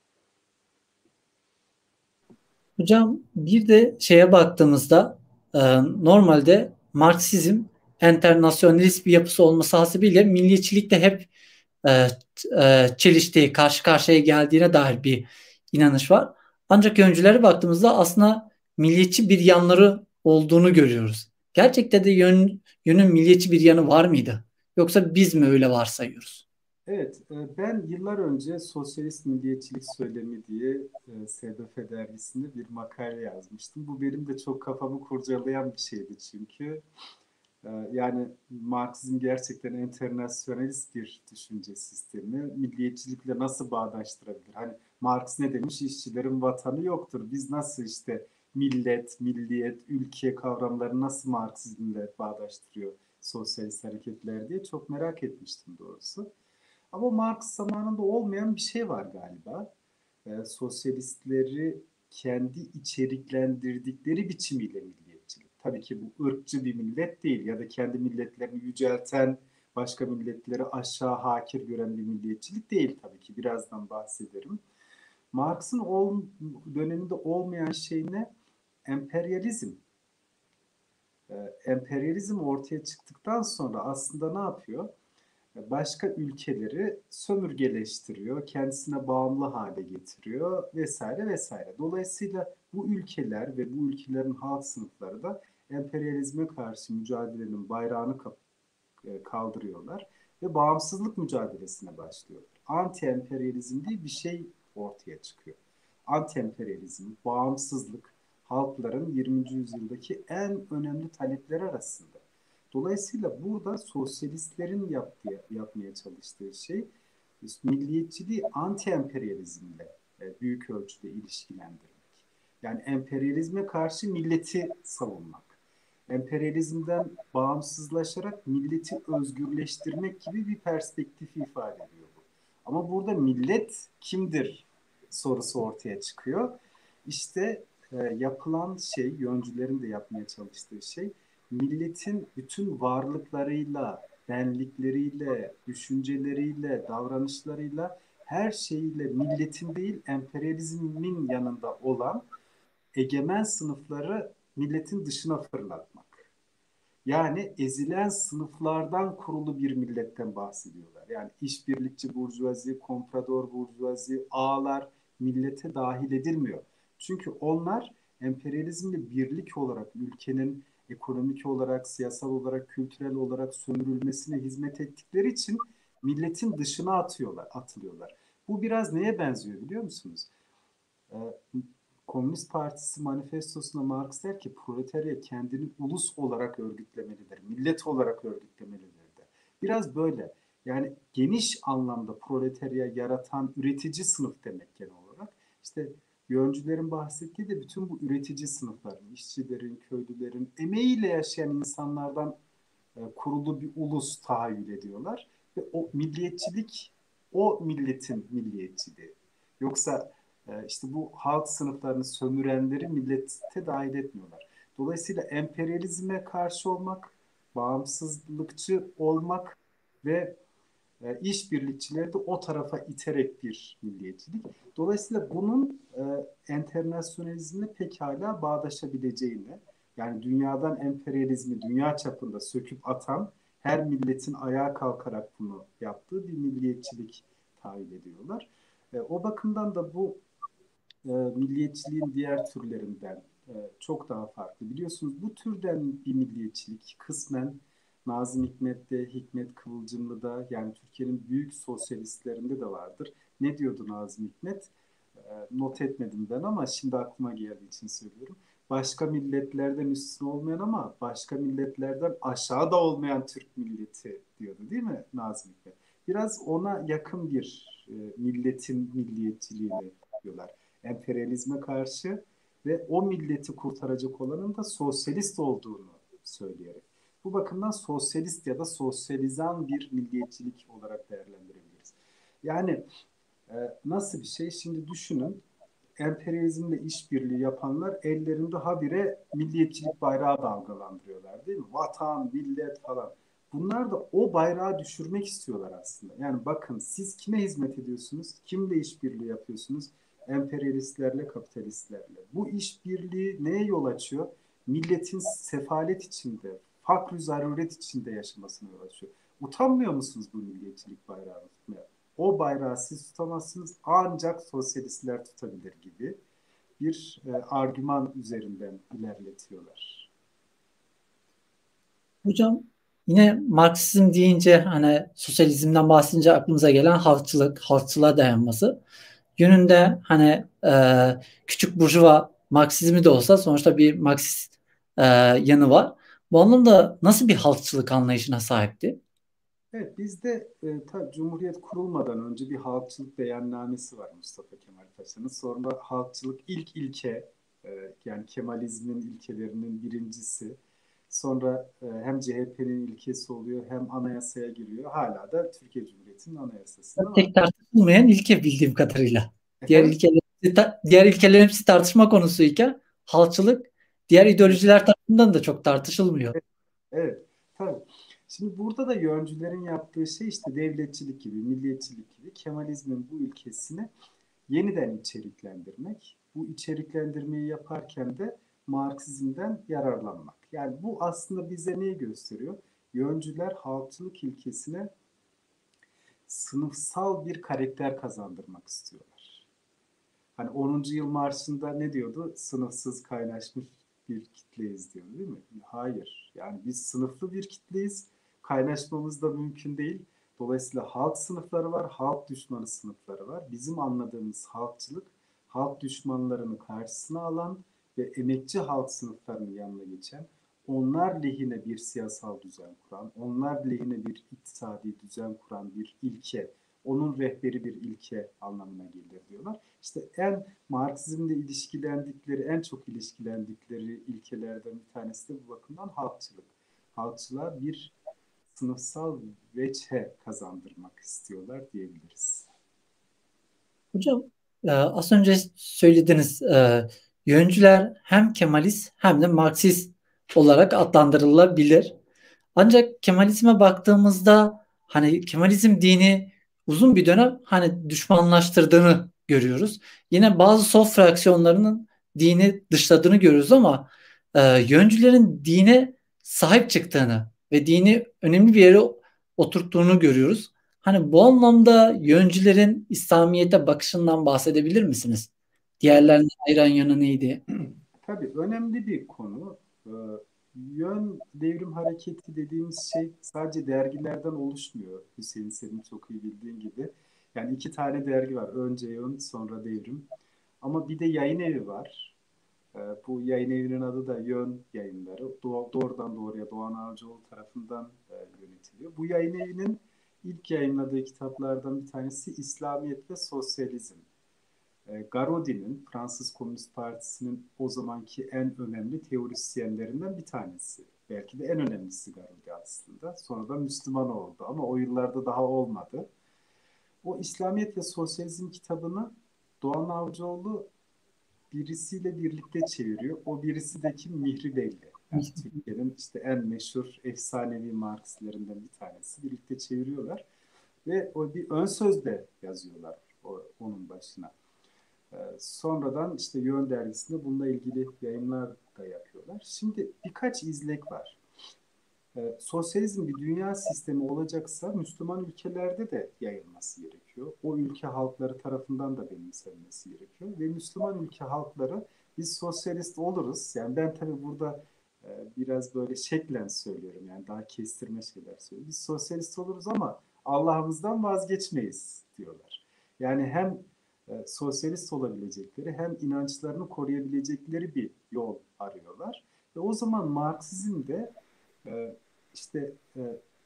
Hocam bir de şeye baktığımızda e, normalde Marksizm enternasyonalist bir yapısı olması hasebiyle milliyetçilikte hep e, e, çeliştiği, karşı karşıya geldiğine dair bir inanış var. Ancak öncülere baktığımızda aslında milliyetçi bir yanları olduğunu görüyoruz. Gerçekten de yön, yönün milliyetçi bir yanı var mıydı? Yoksa biz mi öyle varsayıyoruz? Evet, e, ben yıllar önce Sosyalist Milliyetçilik Söylemi diye e, S D F dergisinde bir makale yazmıştım. Bu benim de çok kafamı kurcalayan bir şeydi çünkü. E, Yani Marksizm gerçekten enternasyonalist bir düşünce sistemi. Milliyetçilikle nasıl bağdaştırabilir? Hani Marx ne demiş? İşçilerin vatanı yoktur. Biz nasıl işte millet, milliyet, ülke kavramları nasıl Marksizmle bağdaştırıyor sosyalist hareketler diye çok merak etmiştim doğrusu. Ama Marx zamanında olmayan bir şey var galiba. E, sosyalistleri kendi içeriklendirdikleri biçimiyle milliyetçilik. Tabii ki bu ırkçı bir millet değil ya da kendi milletlerini yücelten, başka milletleri aşağı hakir gören bir milliyetçilik değil tabii ki. Birazdan bahsederim. Marx'ın ol, döneminde olmayan şey ne? Emperyalizm. E, emperyalizm ortaya çıktıktan sonra aslında ne yapıyor? Başka ülkeleri sömürgeleştiriyor, kendisine bağımlı hale getiriyor vesaire vesaire. Dolayısıyla bu ülkeler ve bu ülkelerin halk sınıfları da emperyalizme karşı mücadelenin bayrağını e, kaldırıyorlar ve bağımsızlık mücadelesine başlıyorlar. Anti-emperyalizm diye bir şey ortaya çıkıyor. Anti-emperyalizm, bağımsızlık halkların yirminci yüzyıldaki en önemli talepleri arasında. Dolayısıyla burada sosyalistlerin yaptığı, yapmaya çalıştığı şey milliyetçiliği anti-emperyalizmle e, büyük ölçüde ilişkilendirmek. Yani emperyalizme karşı milleti savunmak. Emperyalizmden bağımsızlaşarak milleti özgürleştirmek gibi bir perspektifi ifade ediyor bu. Ama burada millet kimdir sorusu ortaya çıkıyor. İşte e, yapılan şey, yöncülerin de yapmaya çalıştığı şey, milletin bütün varlıklarıyla, benlikleriyle, düşünceleriyle, davranışlarıyla, her şeyiyle milletin değil emperyalizmin yanında olan egemen sınıfları milletin dışına fırlatmak. Yani ezilen sınıflardan kurulu bir milletten bahsediyorlar. Yani işbirlikçi burjuvazi, komprador burjuvazi, ağalar millete dahil edilmiyor. Çünkü onlar emperyalizmle birlik olarak ülkenin ekonomik olarak, siyasal olarak, kültürel olarak sömürülmesine hizmet ettikleri için milletin dışına atıyorlar, atılıyorlar. Bu biraz neye benziyor biliyor musunuz? Ee, Komünist Partisi manifestosunda Marx der ki proletarya kendini ulus olarak örgütlemelidir, millet olarak örgütlemelidir der. Biraz böyle. Yani geniş anlamda proletarya yaratan üretici sınıf demek genel olarak. İşte yöncülerin bahsettiği de bütün bu üretici sınıfların, işçilerin, köylülerin, emeğiyle yaşayan insanlardan e, kurulu bir ulus tahayyül ediyorlar. Ve o milliyetçilik o milletin milliyetçiliği. Yoksa e, işte bu halk sınıflarını sömürenleri millete dahil etmiyorlar. Dolayısıyla emperyalizme karşı olmak, bağımsızlıkçı olmak ve e, işbirlikçileri de o tarafa iterek bir milliyetçilik. Dolayısıyla bunun e, enternasyonalizmle pekala bağdaşabileceğini, yani dünyadan emperyalizmi dünya çapında söküp atan, her milletin ayağa kalkarak bunu yaptığı bir milliyetçilik tahayyül ediyorlar. E, o bakımdan da bu e, milliyetçiliğin diğer türlerinden e, çok daha farklı. Biliyorsunuz bu türden bir milliyetçilik kısmen Nazım Hikmet'te, Hikmet Kıvılcımlı'da, yani Türkiye'nin büyük sosyalistlerinde de vardır. Ne diyordu Nazım Hikmet? E, not etmedim ben ama şimdi aklıma geldiği için söylüyorum. Başka milletlerden üstün olmayan ama başka milletlerden aşağıda olmayan Türk milleti diyordu, değil mi Nazım Hikmet? Biraz ona yakın bir e, milletin milliyetçiliğini diyorlar, emperyalizme karşı ve o milleti kurtaracak olanın da sosyalist olduğunu söyleyerek. Bu bakımdan sosyalist ya da sosyalizan bir milliyetçilik olarak değerlendirebiliriz. Yani e, nasıl bir şey? Şimdi düşünün, emperyalizmle işbirliği yapanlar ellerinde habire milliyetçilik bayrağı dalgalandırıyorlar, değil mi? Vatan, millet falan. Bunlar da o bayrağı düşürmek istiyorlar aslında. Yani bakın, siz kime hizmet ediyorsunuz? Kimle işbirliği yapıyorsunuz? Emperyalistlerle, kapitalistlerle. Bu işbirliği neye yol açıyor? Milletin sefalet içinde, fakr-ı zaruret içinde yaşamasına yol açıyor. Utanmıyor musunuz bu milliyetçilik bayrağını tutmaya? O bayrağı siz tutamazsınız, ancak sosyalistler tutabilir gibi bir e, argüman üzerinden ilerletiyorlar. Hocam, yine Marksizm deyince hani sosyalizmden bahsedince aklımıza gelen halkçılık, halkçılığa dayanması. Yönünde hani e, küçük burjuva Marksizmi de olsa sonuçta bir Marksist e, yanı var. Bu anlamda nasıl bir halkçılık anlayışına sahipti? Evet, bizde e, ta, Cumhuriyet kurulmadan önce bir halkçılık beyannamesi var Mustafa Kemal Paşa'nın. Sonra halkçılık ilk ilke, e, yani Kemalizmin ilkelerinin birincisi. Sonra e, hem C H P'nin ilkesi oluyor, hem anayasaya giriyor. Hala da Türkiye Cumhuriyeti'nin anayasasında var. Tek tartışılmayan ilke bildiğim kadarıyla. Diğer Efendim? ilkeler, diğer ilkeler hepsi tartışma konusuyken halkçılık diğer ideolojiler tarafından da çok tartışılmıyor. Evet, tabii. Şimdi burada da yöncülerin yaptığı şey işte devletçilik gibi, milliyetçilik gibi Kemalizmin bu ilkesini yeniden içeriklendirmek. Bu içeriklendirmeyi yaparken de Marksizm'den yararlanmak. Yani bu aslında bize neyi gösteriyor? Yöncüler halkçılık ilkesine sınıfsal bir karakter kazandırmak istiyorlar. Hani onuncu yıl marşında ne diyordu? Sınıfsız kaynaşmış bir kitleyiz diyor, değil mi? Hayır. Yani biz sınıflı bir kitleyiz. Kaynaşmamız da mümkün değil. Dolayısıyla halk sınıfları var, halk düşmanı sınıfları var. Bizim anladığımız halkçılık, halk düşmanlarını karşısına alan ve emekçi halk sınıflarının yanına geçen, onlar lehine bir siyasal düzen kuran, onlar lehine bir iktisadi düzen kuran bir ilke, onun rehberi bir ilke anlamına gelir diyorlar. İşte en Marksizmle ilişkilendikleri, en çok ilişkilendikleri ilkelerden bir tanesi de bu bakımdan halkçılık. Halkçılığa bir sınıfsal veçhe kazandırmak istiyorlar diyebiliriz. Hocam, e, az önce söylediğiniz e, yöncüler hem Kemalist hem de Marksist olarak adlandırılabilir. Ancak Kemalizme baktığımızda hani Kemalizm dini uzun bir dönem hani düşmanlaştırdığını görüyoruz. Yine bazı sol fraksiyonlarının dini dışladığını görüyoruz ama e, yöncülerin dine sahip çıktığını ve dini önemli bir yere oturttuğunu görüyoruz. Hani bu anlamda yöncülerin İslamiyet'e bakışından bahsedebilir misiniz? Evet, Diğerlerine ayıran yanı neydi? tabii önemli bir konu. Ee, Yön devrim hareketi dediğimiz şey sadece dergilerden oluşmuyor. Hüseyin, senin çok iyi bildiğin gibi. Yani iki tane dergi var. Önce Yön, sonra Devrim. Ama bir de yayın evi var. Ee, Bu yayın evinin adı da Yön Yayınları. Do- Doğrudan doğruya Doğan Avcıoğlu tarafından e, yönetiliyor. Bu yayın evinin ilk yayınladığı kitaplardan bir tanesi İslamiyet ve Sosyalizm. E, Garodin'in, Fransız Komünist Partisi'nin o zamanki en önemli teorisyenlerinden bir tanesi. Belki de en önemlisi Garodi aslında. Sonradan Müslüman oldu ama o yıllarda daha olmadı. O İslamiyet ve Sosyalizm kitabını Doğan Avcıoğlu birisiyle birlikte çeviriyor. O birisi de kim? Mihri Belli. Yani Türkiye'nin işte en meşhur efsanevi Marksistlerinden bir tanesi. Birlikte çeviriyorlar ve o bir ön söz de yazıyorlar o, onun başına. Ee, sonradan işte Yön dergisinde bununla ilgili yayınlar da yapıyorlar. Şimdi birkaç izlek var. Ee, sosyalizm bir dünya sistemi olacaksa Müslüman ülkelerde de yayılması gerekiyor. gerekiyor. O ülke halkları tarafından da benimsenmesi gerekiyor. Ve Müslüman ülke halkları biz sosyalist oluruz. Yani ben tabii burada e, biraz böyle şeklen söylüyorum. Yani daha kestirme şeyler söylüyorum. Biz sosyalist oluruz ama Allah'ımızdan vazgeçmeyiz diyorlar. Yani hem e, sosyalist olabilecekleri hem inançlarını koruyabilecekleri bir yol arıyorlar. Ve o zaman Marksizm de e, işte e,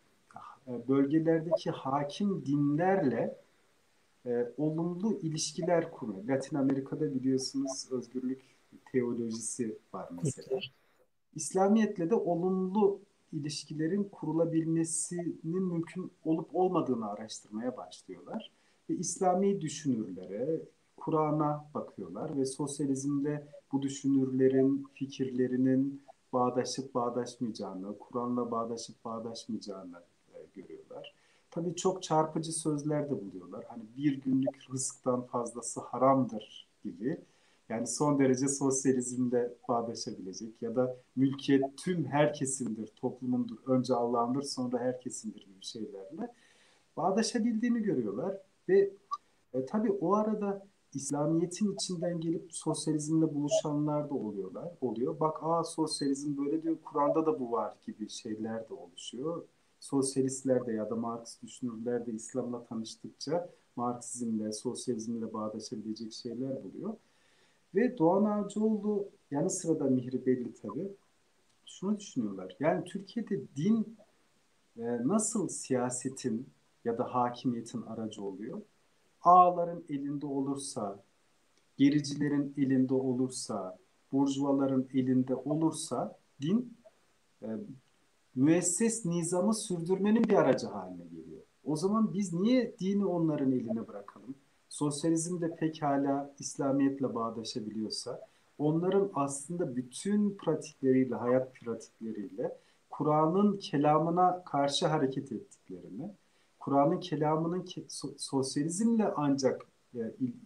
bölgelerdeki hakim dinlerle e, olumlu ilişkiler kuruyor. Latin Amerika'da biliyorsunuz özgürlük teolojisi var mesela. İslamiyetle de olumlu ilişkilerin kurulabilmesinin mümkün olup olmadığını araştırmaya başlıyorlar. Ve İslami düşünürlere, Kur'an'a bakıyorlar ve sosyalizmde bu düşünürlerin fikirlerinin bağdaşıp bağdaşmayacağını, Kur'an'la bağdaşıp bağdaşmayacağını e, görüyorlar. Tabii çok çarpıcı sözler de buluyorlar. Hani bir günlük rızktan fazlası haramdır gibi. Yani son derece sosyalizmle bağdaşabilecek ya da mülkiyet tüm herkesindir, toplumundur, önce Allah'ındır sonra herkesindir gibi şeylerle bağdaşabildiğini görüyorlar. Ve e, tabii o arada İslamiyet'in içinden gelip sosyalizmle buluşanlar da oluyorlar, oluyor. Bak aa sosyalizm böyle diyor, Kur'an'da da bu var gibi şeyler de oluşuyor. Sosyalistler de ya da Marks düşünürler de İslam'la tanıştıkça Marksizmle, sosyalizmle bağdaşabilecek şeyler buluyor. Ve Doğan Avcıoğlu yanı sıra da mihri belli tabii. Şunu düşünüyorlar. Yani Türkiye'de din e, nasıl siyasetin ya da hakimiyetin aracı oluyor? Ağaların elinde olursa, gericilerin elinde olursa, burjuvaların elinde olursa din e, müesses nizamı sürdürmenin bir aracı haline geliyor. O zaman biz niye dini onların eline bırakalım? Sosyalizm de pekala İslamiyetle bağdaşabiliyorsa, onların aslında bütün pratikleriyle, hayat pratikleriyle Kur'an'ın kelamına karşı hareket ettiklerini, Kur'an'ın kelamının ke sosyalizmle ancak e,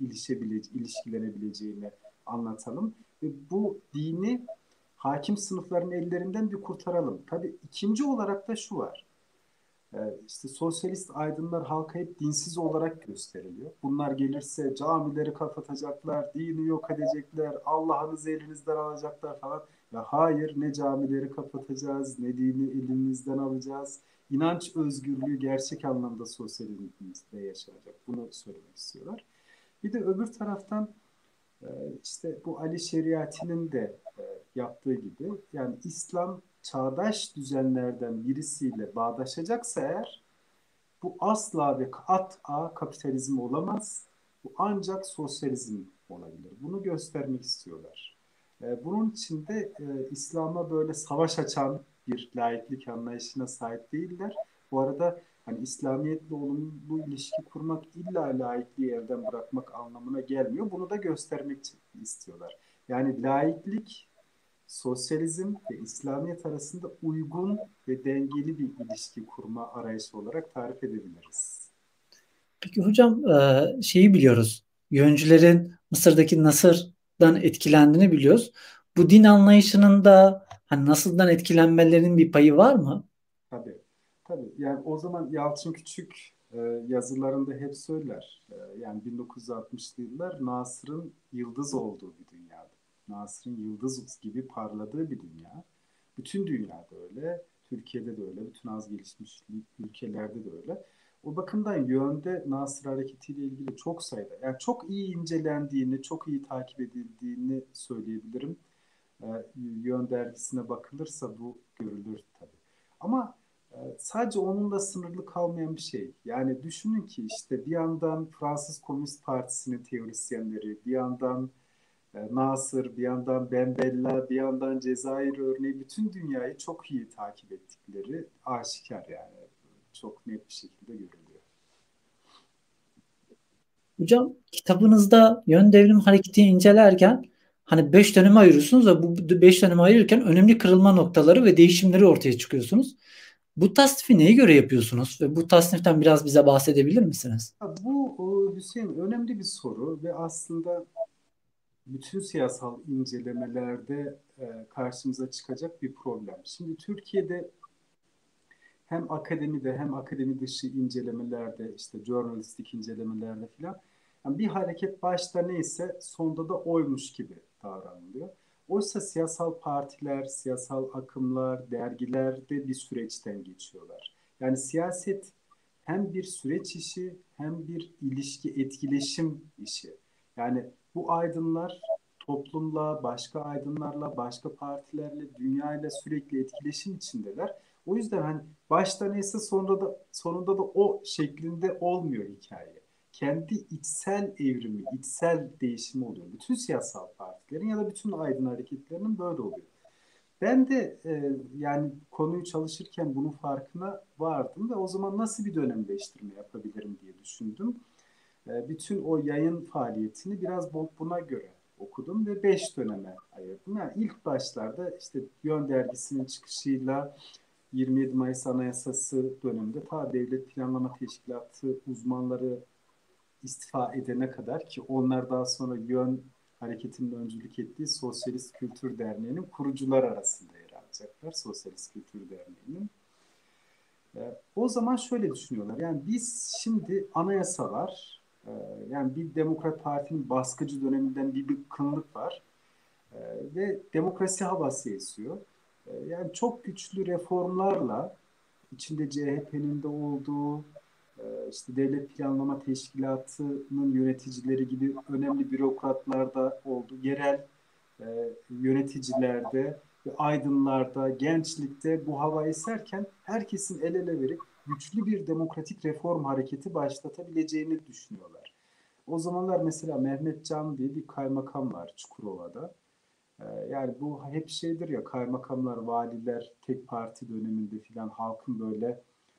ilişkilenebileceğini anlatalım. Ve bu dini hakim sınıfların ellerinden bir kurtaralım. Tabii ikinci olarak da şu var. Ee, işte sosyalist aydınlar halka hep dinsiz olarak gösteriliyor. Bunlar gelirse camileri kapatacaklar, dini yok edecekler, Allah'ınızı elinizden alacaklar falan. Ya hayır, ne camileri kapatacağız, ne dini elimizden alacağız. İnanç özgürlüğü gerçek anlamda sosyalizmde yaşanacak. Bunu söylemek istiyorlar. Bir de öbür taraftan e, işte bu Ali Şeriati'nin de e, yaptığı gibi yani İslam çağdaş düzenlerden birisiyle bağdaşacaksa eğer bu asla ve kat'a kapitalizm olamaz. Bu ancak sosyalizm olabilir. Bunu göstermek istiyorlar. E, bunun için de e, İslam'a böyle savaş açan bir laiklik anlayışına sahip değiller. Bu arada hani İslamiyetle olumlu ilişki kurmak illa laikliği elden bırakmak anlamına gelmiyor. Bunu da göstermek istiyorlar. Yani laiklik sosyalizm ve İslamiyet arasında uygun ve dengeli bir ilişki kurma arayışı olarak tarif edebiliriz. Peki hocam e, şeyi biliyoruz. Yöncülerin Mısır'daki Nasır'dan etkilendiğini biliyoruz. Bu din anlayışının da hani Nasır'dan etkilenmelerinin bir payı var mı? Tabii. Tabii. Yani o zaman Yalçın Küçük e, yazılarında hep söyler. E, yani bin dokuz yüz altmışlı yıllar Nasır'ın yıldız olduğu bir dünyada. Nasır'ın yıldız gibi parladığı bir dünya. Bütün dünyada öyle. Türkiye'de de öyle. Bütün az gelişmiş ülkelerde de öyle. O bakımdan yönde Nasır hareketiyle ilgili çok sayıda, yani çok iyi incelendiğini, çok iyi takip edildiğini söyleyebilirim. E, Yön dergisine bakılırsa bu görülür tabii. Ama e, sadece onunla sınırlı kalmayan bir şey. Yani düşünün ki işte bir yandan Fransız Komünist Partisi'nin teorisyenleri, bir yandan e, Nasır, bir yandan Ben Bella, bir yandan Cezayir örneği bütün dünyayı çok iyi takip ettikleri aşikar yani. Çok net bir şekilde görülüyor. Hocam kitabınızda yön devrim hareketini incelerken hani beş döneme ayırıyorsunuz ve bu beş döneme ayırırken önemli kırılma noktaları ve değişimleri ortaya çıkıyorsunuz. Bu tasnifi neye göre yapıyorsunuz ve bu tasniften biraz bize bahsedebilir misiniz? Ha, bu o, Hüseyin önemli bir soru ve aslında bütün siyasal incelemelerde e, karşımıza çıkacak bir problem. Şimdi Türkiye'de hem akademide hem akademi dışı incelemelerde, işte journalistik incelemelerde filan, yani bir hareket başta neyse sonda da oymuş gibi davranılıyor. Oysa siyasal partiler, siyasal akımlar, dergiler de bir süreçten geçiyorlar. Yani siyaset hem bir süreç işi hem bir ilişki, etkileşim işi. Yani bu aydınlar toplumla, başka aydınlarla, başka partilerle, dünyayla sürekli etkileşim içindeler. O yüzden hani başta neyse sonra da sonunda da o şeklinde olmuyor hikaye. Kendi içsel evrimi, içsel değişimi oluyor. Bütün siyasal partilerin ya da bütün aydın hareketlerinin böyle oluyor. Ben de e, yani konuyu çalışırken bunun farkına vardım ve o zaman nasıl bir dönemleştirme yapabilirim diye düşündüm. E, bütün o yayın faaliyetini biraz buna göre okudum ve beş döneme ayırdım. Yani ilk başlarda işte Yön Dergisi'nin çıkışıyla yirmi yedi Mayıs Anayasası döneminde ta Devlet Planlama Teşkilatı uzmanları istifa edene kadar, ki onlar daha sonra Yön hareketinin öncülük ettiği Sosyalist Kültür Derneği'nin kurucular arasında yer alacaklar. Sosyalist Kültür Derneği'nin. E, o zaman şöyle düşünüyorlar. Yani biz şimdi anayasa var. E, yani bir Demokrat Parti'nin baskıcı döneminden bir bıkkınlık var. E, ve demokrasi havası esiyor. E, yani çok güçlü reformlarla içinde C H P'nin de olduğu, e, işte Devlet Planlama Teşkilatı'nın yöneticileri gibi önemli bürokratlar da oldu. Yerel e, yöneticilerde ve aydınlarda, gençlikte bu hava eserken herkesin el ele verip güçlü bir demokratik reform hareketi başlatabileceğini düşünüyorlar. O zamanlar mesela Mehmet Can diye bir kaymakam var Çukurova'da. E, yani bu hep şeydir ya, kaymakamlar, valiler tek parti döneminde filan halkın böyle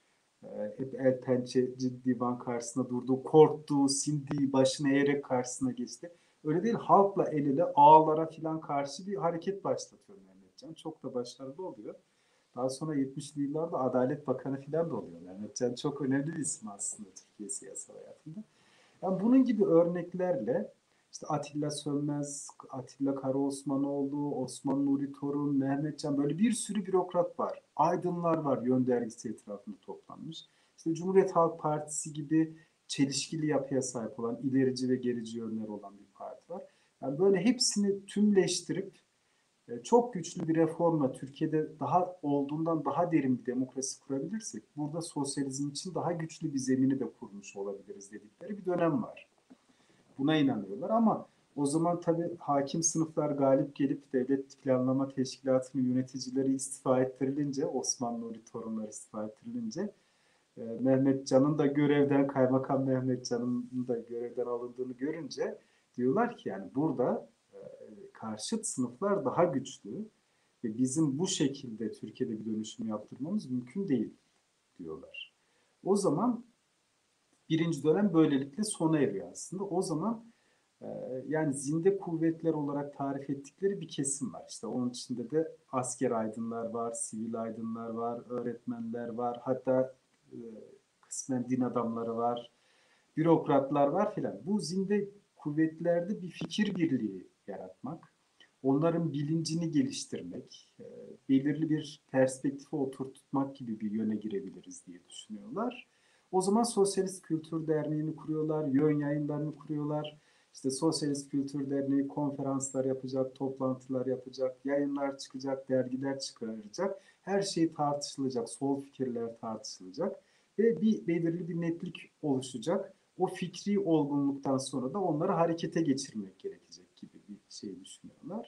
e, hep el pençe divan karşısında durdu, korktu, sindi, başını eğerek karşısına geçti. Öyle değil, halkla el ele ağalara filan karşı bir hareket başlatıyor Mehmetcan. Çok da başarılı oluyor. Daha sonra yetmişli yıllarda Adalet Bakanı filan da oluyor. Mehmetcan çok önemli bir isim aslında Türkiye siyasal hayatında. Yani bunun gibi örneklerle işte Atilla Sönmez, Atilla Karaosmanoğlu, Osman Nuri Torun, Mehmetcan, böyle bir sürü bürokrat var. Aydınlar var, Yön Dergisi etrafında toplanmış. İşte Cumhuriyet Halk Partisi gibi çelişkili yapıya sahip olan, ilerici ve gerici yönleri olan bir parti var. Yani böyle hepsini tümleştirip e, çok güçlü bir reformla Türkiye'de daha olduğundan daha derin bir demokrasi kurabilirsek burada sosyalizm için daha güçlü bir zemini de kurmuş olabiliriz dedikleri bir dönem var. Buna inanıyorlar ama o zaman tabii hakim sınıflar galip gelip Devlet Planlama Teşkilatı'nın yöneticileri istifa ettirilince, Osman Nuri torunları istifa ettirilince, e, Mehmet Can'ın da görevden, Kaymakam Mehmet Can'ın da görevden alındığını görünce diyorlar ki yani burada e, karşıt sınıflar daha güçlü ve bizim bu şekilde Türkiye'de bir dönüşüm yaptırmamız mümkün değil diyorlar. O zaman birinci dönem böylelikle sona eriyor aslında. O zaman e, yani zinde kuvvetler olarak tarif ettikleri bir kesim var. İşte onun içinde de asker aydınlar var, sivil aydınlar var, öğretmenler var, hatta e, kısmen din adamları var, bürokratlar var filan. Bu zinde kuvvetlerde bir fikir birliği yaratmak, onların bilincini geliştirmek, e, belirli bir perspektife oturtmak gibi bir yöne girebiliriz diye düşünüyorlar. O zaman Sosyalist Kültür Derneği'ni kuruyorlar, Yön Yayınlarını kuruyorlar. İşte Sosyalist Kültür Derneği konferanslar yapacak, toplantılar yapacak, yayınlar çıkacak, dergiler çıkaracak. Her şey tartışılacak, sol fikirler tartışılacak ve bir belirli bir netlik oluşacak. O fikri olgunluktan sonra da onları harekete geçirmek gerekecek gibi bir şey düşünüyorlar.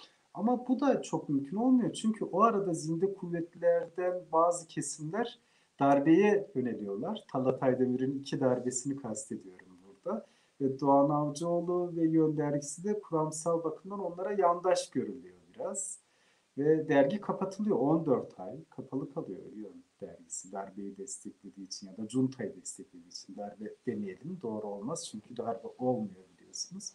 Ama bu da çok mümkün olmuyor. Çünkü o arada zinde kuvvetlerden bazı kesimler darbeye yöneliyorlar. Talat Aydemir'in iki darbesini kastediyorum burada. Ve Doğan Avcıoğlu ve Yön Dergisi de kuramsal bakımdan onlara yandaş görülüyor biraz. Ve dergi kapatılıyor. on dört ay kapalı kalıyor Yön Dergisi. Darbeyi desteklediği için ya da Cunta'yı desteklediği için, darbe demeyelim, doğru olmaz. Çünkü darbe olmuyor biliyorsunuz.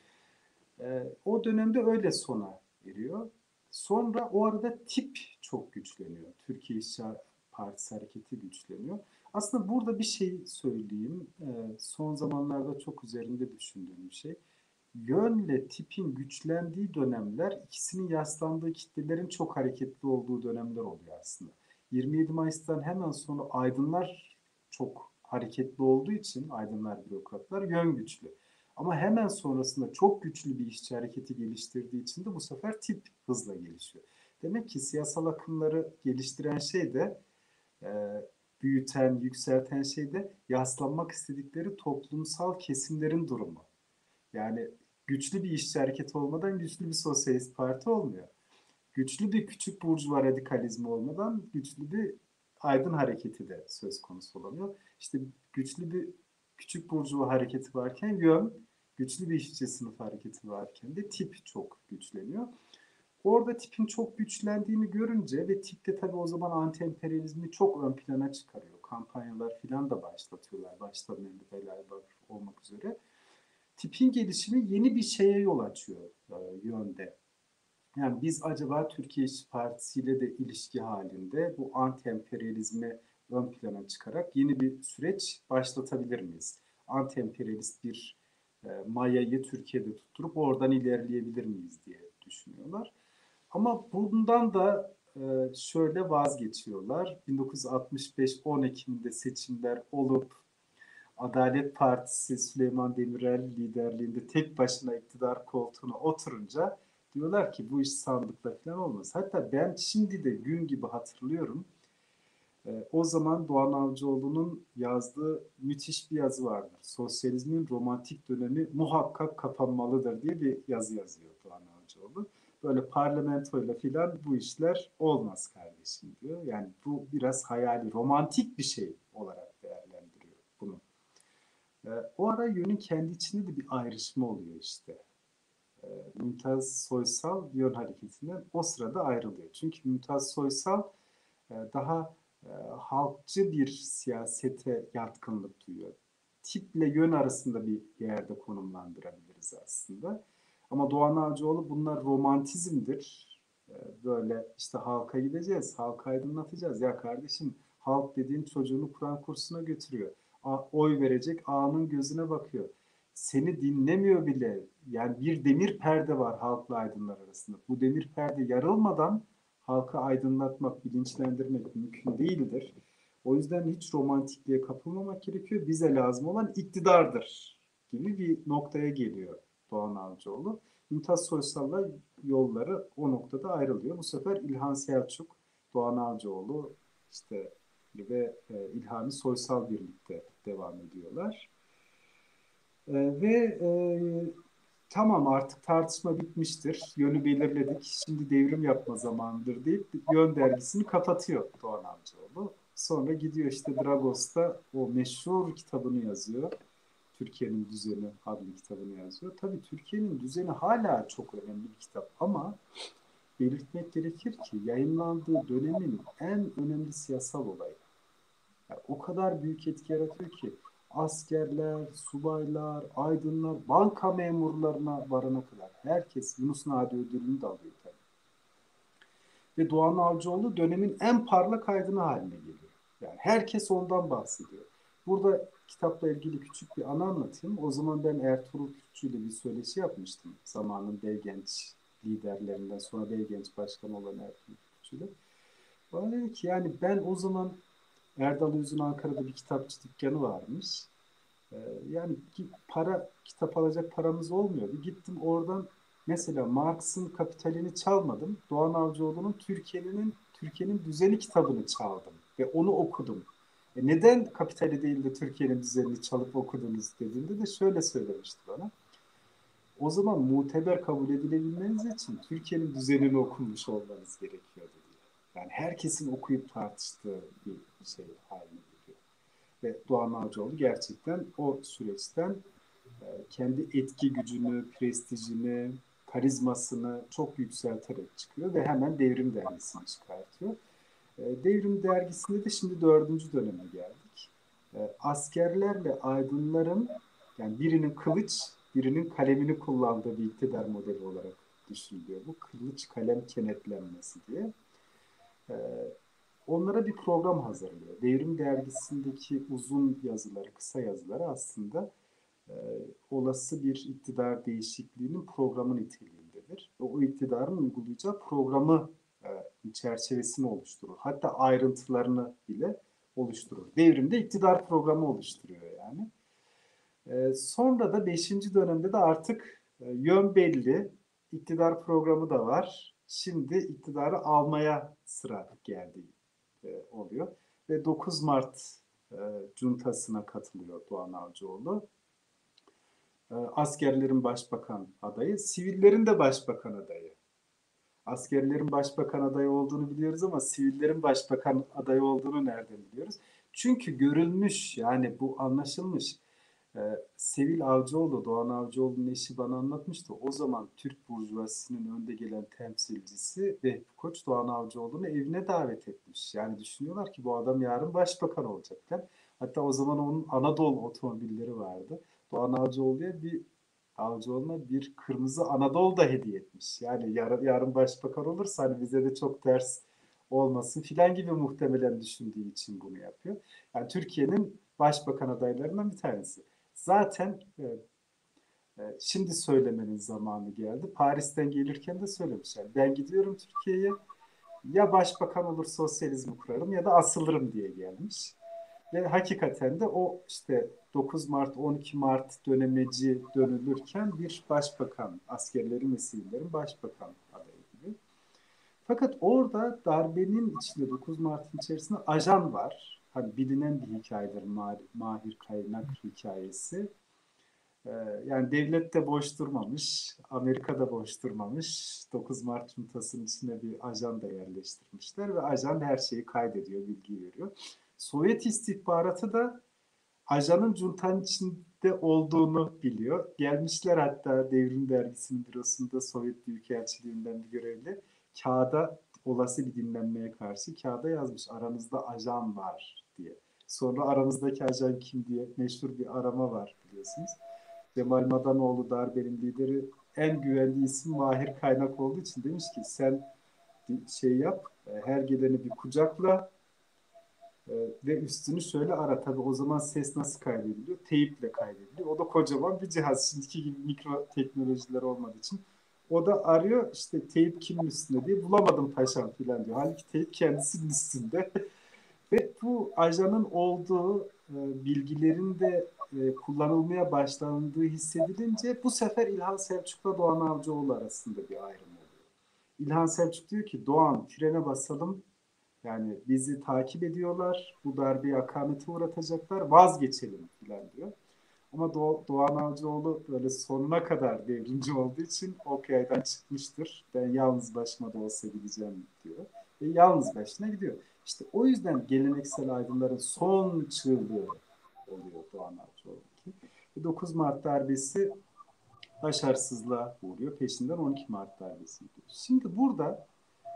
Ee, o dönemde öyle sona eriyor. Sonra o arada tip çok güçleniyor. Türkiye İşçi Partisi hareketi güçleniyor. Aslında burada bir şey söyleyeyim. Ee, son zamanlarda çok üzerinde düşündüğüm bir şey. Yönle tipin güçlendiği dönemler ikisinin yaslandığı kitlelerin çok hareketli olduğu dönemler oluyor aslında. yirmi yedi Mayıs'tan hemen sonra aydınlar çok hareketli olduğu için, aydınlar, bürokratlar yön güçlü. Ama hemen sonrasında çok güçlü bir işçi hareketi geliştirdiği için de bu sefer tip hızla gelişiyor. Demek ki siyasal akımları geliştiren şey de, e, büyüten, yükselten şey de yaslanmak istedikleri toplumsal kesimlerin durumu. Yani güçlü bir işçi hareketi olmadan güçlü bir sosyalist parti olmuyor. Güçlü bir küçük burjuva radikalizmi olmadan güçlü bir aydın hareketi de söz konusu olamıyor. İşte güçlü bir küçük burjuva hareketi varken yön, güçlü bir işçi sınıf hareketi varken de tip çok güçleniyor. Orada tipin çok güçlendiğini görünce ve tip de tabii o zaman anti-emperyalizmi çok ön plana çıkarıyor. Kampanyalar filan da başlatıyorlar. Başta Memduh Belaybak olmak üzere. Tipin gelişimi yeni bir şeye yol açıyor e, yönde. Yani biz acaba Türkiye İşçi Partisi ile de ilişki halinde bu anti-emperyalizmi ön plana çıkarak yeni bir süreç başlatabilir miyiz? Anti-emperyalist bir e, mayayı Türkiye'de tutturup oradan ilerleyebilir miyiz diye düşünüyorlar. Ama bundan da e, şöyle vazgeçiyorlar. bin dokuz yüz altmış beş on Ekim'de seçimler olup Adalet Partisi Süleyman Demirel liderliğinde tek başına iktidar koltuğuna oturunca diyorlar ki bu iş sandıkla falan olmaz. Hatta ben şimdi de gün gibi hatırlıyorum. Ee, o zaman Doğan Avcıoğlu'nun yazdığı müthiş bir yazı vardır. Sosyalizmin romantik dönemi muhakkak kapanmalıdır diye bir yazı yazıyor Doğan Avcıoğlu. Böyle parlamentoyla filan bu işler olmaz kardeşim diyor. Yani bu biraz hayali, romantik bir şey olarak değerlendiriyor bunu. E, o ara yönün kendi içinde de bir ayrışma oluyor işte. E, Mümtaz Soysal yön hareketinden o sırada ayrılıyor. Çünkü Mümtaz Soysal e, daha e, halkçı bir siyasete yatkınlık duyuyor. Tiple yön arasında bir yerde konumlandırabiliriz aslında. Ama Doğan Avcıoğlu bunlar romantizmdir. E, böyle işte halka gideceğiz, halka aydınlatacağız. Ya kardeşim halk dediğin çocuğunu Kur'an kursuna götürüyor. A, oy verecek ağanın gözüne bakıyor. Seni dinlemiyor bile. Yani bir demir perde var halkla aydınlar arasında. Bu demir perde yarılmadan halka aydınlatmak, bilinçlendirmek mümkün değildir. O yüzden hiç romantikliğe kapılmamak gerekiyor. Bize lazım olan iktidardır gibi bir noktaya geliyor Doğan Avcıoğlu. Mümtaz Soysal'la yolları o noktada ayrılıyor. Bu sefer İlhan Selçuk, Doğan Avcıoğlu işte ve e, İlhami Soysal birlikte devam ediyorlar. E, ve e, tamam artık tartışma bitmiştir. Yönü belirledik. Şimdi devrim yapma zamanıdır deyip Yön dergisini kapatıyor Doğan Avcıoğlu. Sonra gidiyor işte Dragos'ta o meşhur kitabını yazıyor. Türkiye'nin Düzeni adlı kitabını yazıyor. Tabii Türkiye'nin Düzeni hala çok önemli bir kitap ama belirtmek gerekir ki yayınlandığı dönemin en önemli siyasal olayı. Yani o kadar büyük etki yaratıyor ki askerler, subaylar, aydınlar, banka memurlarına varana kadar herkes Yunus Nadi ödülünü de alıyor tabii. Ve Doğan Avcıoğlu dönemin en parlak aydını haline geliyor. Yani herkes ondan bahsediyor. Burada kitapla ilgili küçük bir anı anlatayım. O zaman ben Ertuğrul Kürkçü ile bir söyleşi yapmıştım. Zamanın Belgenç liderlerinden sonra Belgenç başkanı olan Ertuğrul Kürkçü ile. Bana dedi ki yani ben o zaman Erdal Öz'ün Ankara'da bir kitapçı dükkanı varmış. Ee, yani para kitap alacak paramız olmuyordu. Gittim oradan mesela Marx'ın Kapitalini çalmadım. Doğan Avcıoğlu'nun Türkiye'nin Türkiye'nin Düzeni kitabını çaldım ve onu okudum. E neden Kapitali değil de Türkiye'nin düzenini çalıp okudunuz dediğinde de şöyle söylemişti bana. O zaman muteber kabul edilebilmeniz için Türkiye'nin düzenini okumuş olmanız gerekiyordu diye. Yani herkesin okuyup tartıştığı bir şey haline geliyor. Ve Doğan Avcıoğlu gerçekten o süreçten e, kendi etki gücünü, prestijini, karizmasını çok yükselterek çıkıyor ve hemen Devrim Dergisi'ni çıkartıyor. E, Devrim Dergisi'nde de şimdi dördüncü döneme geldik. E, askerlerle aydınların yani birinin kılıç, birinin kalemini kullandığı bir iktidar modeli olarak düşünülüyor. Bu kılıç kalem kenetlenmesi diye. E, Onlara bir program hazırlıyor. Devrim Dergisi'ndeki uzun yazıları, kısa yazıları aslında e, olası bir iktidar değişikliğinin programı niteliğindedir. Ve o iktidarın uygulayacağı programı e, çerçevesini oluşturur. Hatta ayrıntılarını bile oluşturur. Devrimde iktidar programı oluşturuyor yani. E, sonra da beşinci dönemde de artık e, yön belli, iktidar programı da var. Şimdi iktidarı almaya sıra geldi e, oluyor. Ve dokuz Mart e, cuntasına katılıyor Doğan Avcıoğlu. E, askerlerin başbakan adayı, sivillerin de başbakan adayı. Askerlerin başbakan adayı olduğunu biliyoruz ama sivillerin başbakan adayı olduğunu nereden biliyoruz? Çünkü görülmüş, yani bu anlaşılmış. Ee, Sevil Avcıoğlu, Doğan Avcıoğlu'nun eşi bana anlatmıştı. O zaman Türk burjuvasının önde gelen temsilcisi Vehbi Koç Doğan Avcıoğlu'nu evine davet etmiş. Yani düşünüyorlar ki bu adam yarın başbakan olacaklar. Hatta o zaman onun Anadolu otomobilleri vardı. Doğan Avcıoğlu'ya bir Avcıoğlu'na bir kırmızı Anadolu da hediye etmiş. Yani yarın, yarın başbakan olursa hani bize de çok ters olmasın filan gibi muhtemelen düşündüğü için bunu yapıyor. Yani Türkiye'nin başbakan adaylarından bir tanesi. Zaten e, e, şimdi söylemenin zamanı geldi. Paris'ten gelirken de söylemişler. Ben gidiyorum Türkiye'ye, ya başbakan olur sosyalizmi kurarım ya da asılırım diye gelmiş. Ve hakikaten de o işte dokuz Mart on iki Mart dönemeci dönülürken bir başbakan, askerlerin ve sivillerin başbakan adayı gibi. Fakat orada darbenin içinde dokuz Mart'ın içerisinde ajan var. Hani bilinen bir hikayedir, Mahir Kaynak hikayesi. Ee, yani devlet de boş durmamış, Amerika da boş durmamış. dokuz Mart Cuntası'nın içine bir ajan da yerleştirmişler ve ajan her şeyi kaydediyor, bilgi veriyor. Sovyet istihbaratı da ajanın cuntanın içinde olduğunu biliyor. Gelmişler hatta Devrim Dergisi'nin bürosunda Sovyet Büyükelçiliğinden bir görevli kağıda olası bir dinlenmeye karşı kağıda yazmış aranızda ajan var diye. Sonra aramızdaki ajan kim diye meşhur bir arama var biliyorsunuz. Cemal Madanoğlu darbenin lideri, en güvenli isim Mahir Kaynak olduğu için demiş ki sen şey yap, her geleni bir kucakla e, ve üstünü şöyle ara. Tabii o zaman ses nasıl kaydediliyor? Teyiple kaydediliyor. O da kocaman bir cihaz. Şimdiki gibi mikro teknolojiler olmadığı için. O da arıyor, işte teyip kimin üstünde diye, bulamadım paşam filan diyor. Halbuki teyip kendisinin üstünde. Ve bu ajanın olduğu e, bilgilerin de e, kullanılmaya başlandığı hissedilince bu sefer İlhan Selçuk'la Doğan Avcıoğlu arasında bir ayrım oluyor. İlhan Selçuk diyor ki Doğan frene basalım, yani bizi takip ediyorlar, bu darbeyi akamete uğratacaklar, vazgeçelim filan diyor. Ama Do- Doğan Avcıoğlu böyle sonuna kadar devrimci olduğu için ok yaydan çıkmıştır. Ben yalnız başıma da olsa gideceğim diyor. Ve yalnız başına gidiyor. İşte o yüzden geleneksel aydınların son çığlığı oluyor Doğan Avcıoğlu. dokuz Mart darbesi başarısızlığa uğruyor. Peşinden on iki Mart darbesi gidiyor. Şimdi burada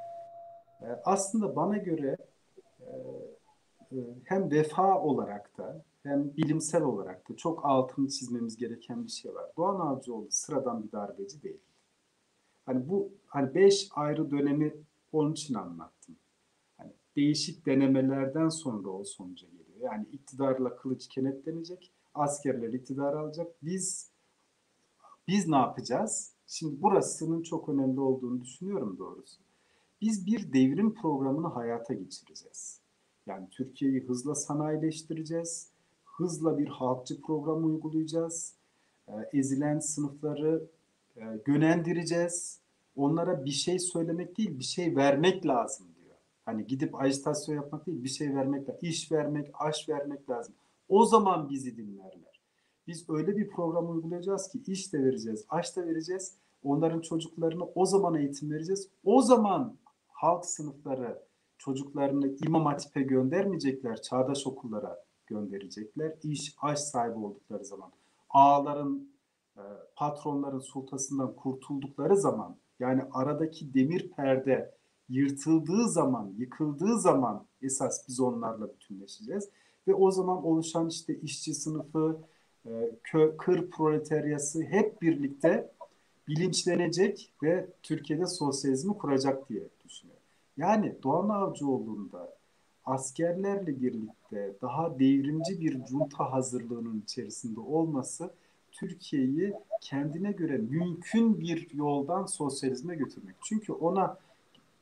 e, aslında bana göre e, e, hem vefa olarak da hem bilimsel olarak da çok altını çizmemiz gereken bir şey var. Doğan Avcıoğlu sıradan bir darbeci değil. Hani bu hani beş ayrı dönemi onun için anlattım. Hani değişik denemelerden sonra o sonuca geliyor. Yani iktidarla kılıç kenetlenecek, askerler iktidar alacak. Biz biz ne yapacağız? Şimdi burasının çok önemli olduğunu düşünüyorum doğrusu. Biz bir devrim programını hayata geçireceğiz. Yani Türkiye'yi hızla sanayileştireceğiz. Hızla bir halkçı program uygulayacağız. Ee, ezilen sınıfları e, yönlendireceğiz. Onlara bir şey söylemek değil, bir şey vermek lazım diyor. Hani gidip ajitasyon yapmak değil, bir şey vermek lazım. İş vermek, aş vermek lazım. O zaman bizi dinlerler. Biz öyle bir program uygulayacağız ki iş de vereceğiz, aş da vereceğiz. Onların çocuklarına o zaman eğitim vereceğiz. O zaman halk sınıfları çocuklarını İmam Hatip'e göndermeyecekler, çağdaş okullara gönderecekler. İş, aş sahibi oldukları zaman, ağaların, e, patronların sultasından kurtuldukları zaman, yani aradaki demir perde yırtıldığı zaman, yıkıldığı zaman esas biz onlarla bütünleşeceğiz. Ve o zaman oluşan işte işçi sınıfı, e, kö, kır proletaryası hep birlikte bilinçlenecek ve Türkiye'de sosyalizmi kuracak diye düşünüyorum. Yani Doğan Avcıoğlu'nda askerlerle birlikte daha devrimci bir junta hazırlığının içerisinde olması Türkiye'yi kendine göre mümkün bir yoldan sosyalizme götürmek. Çünkü ona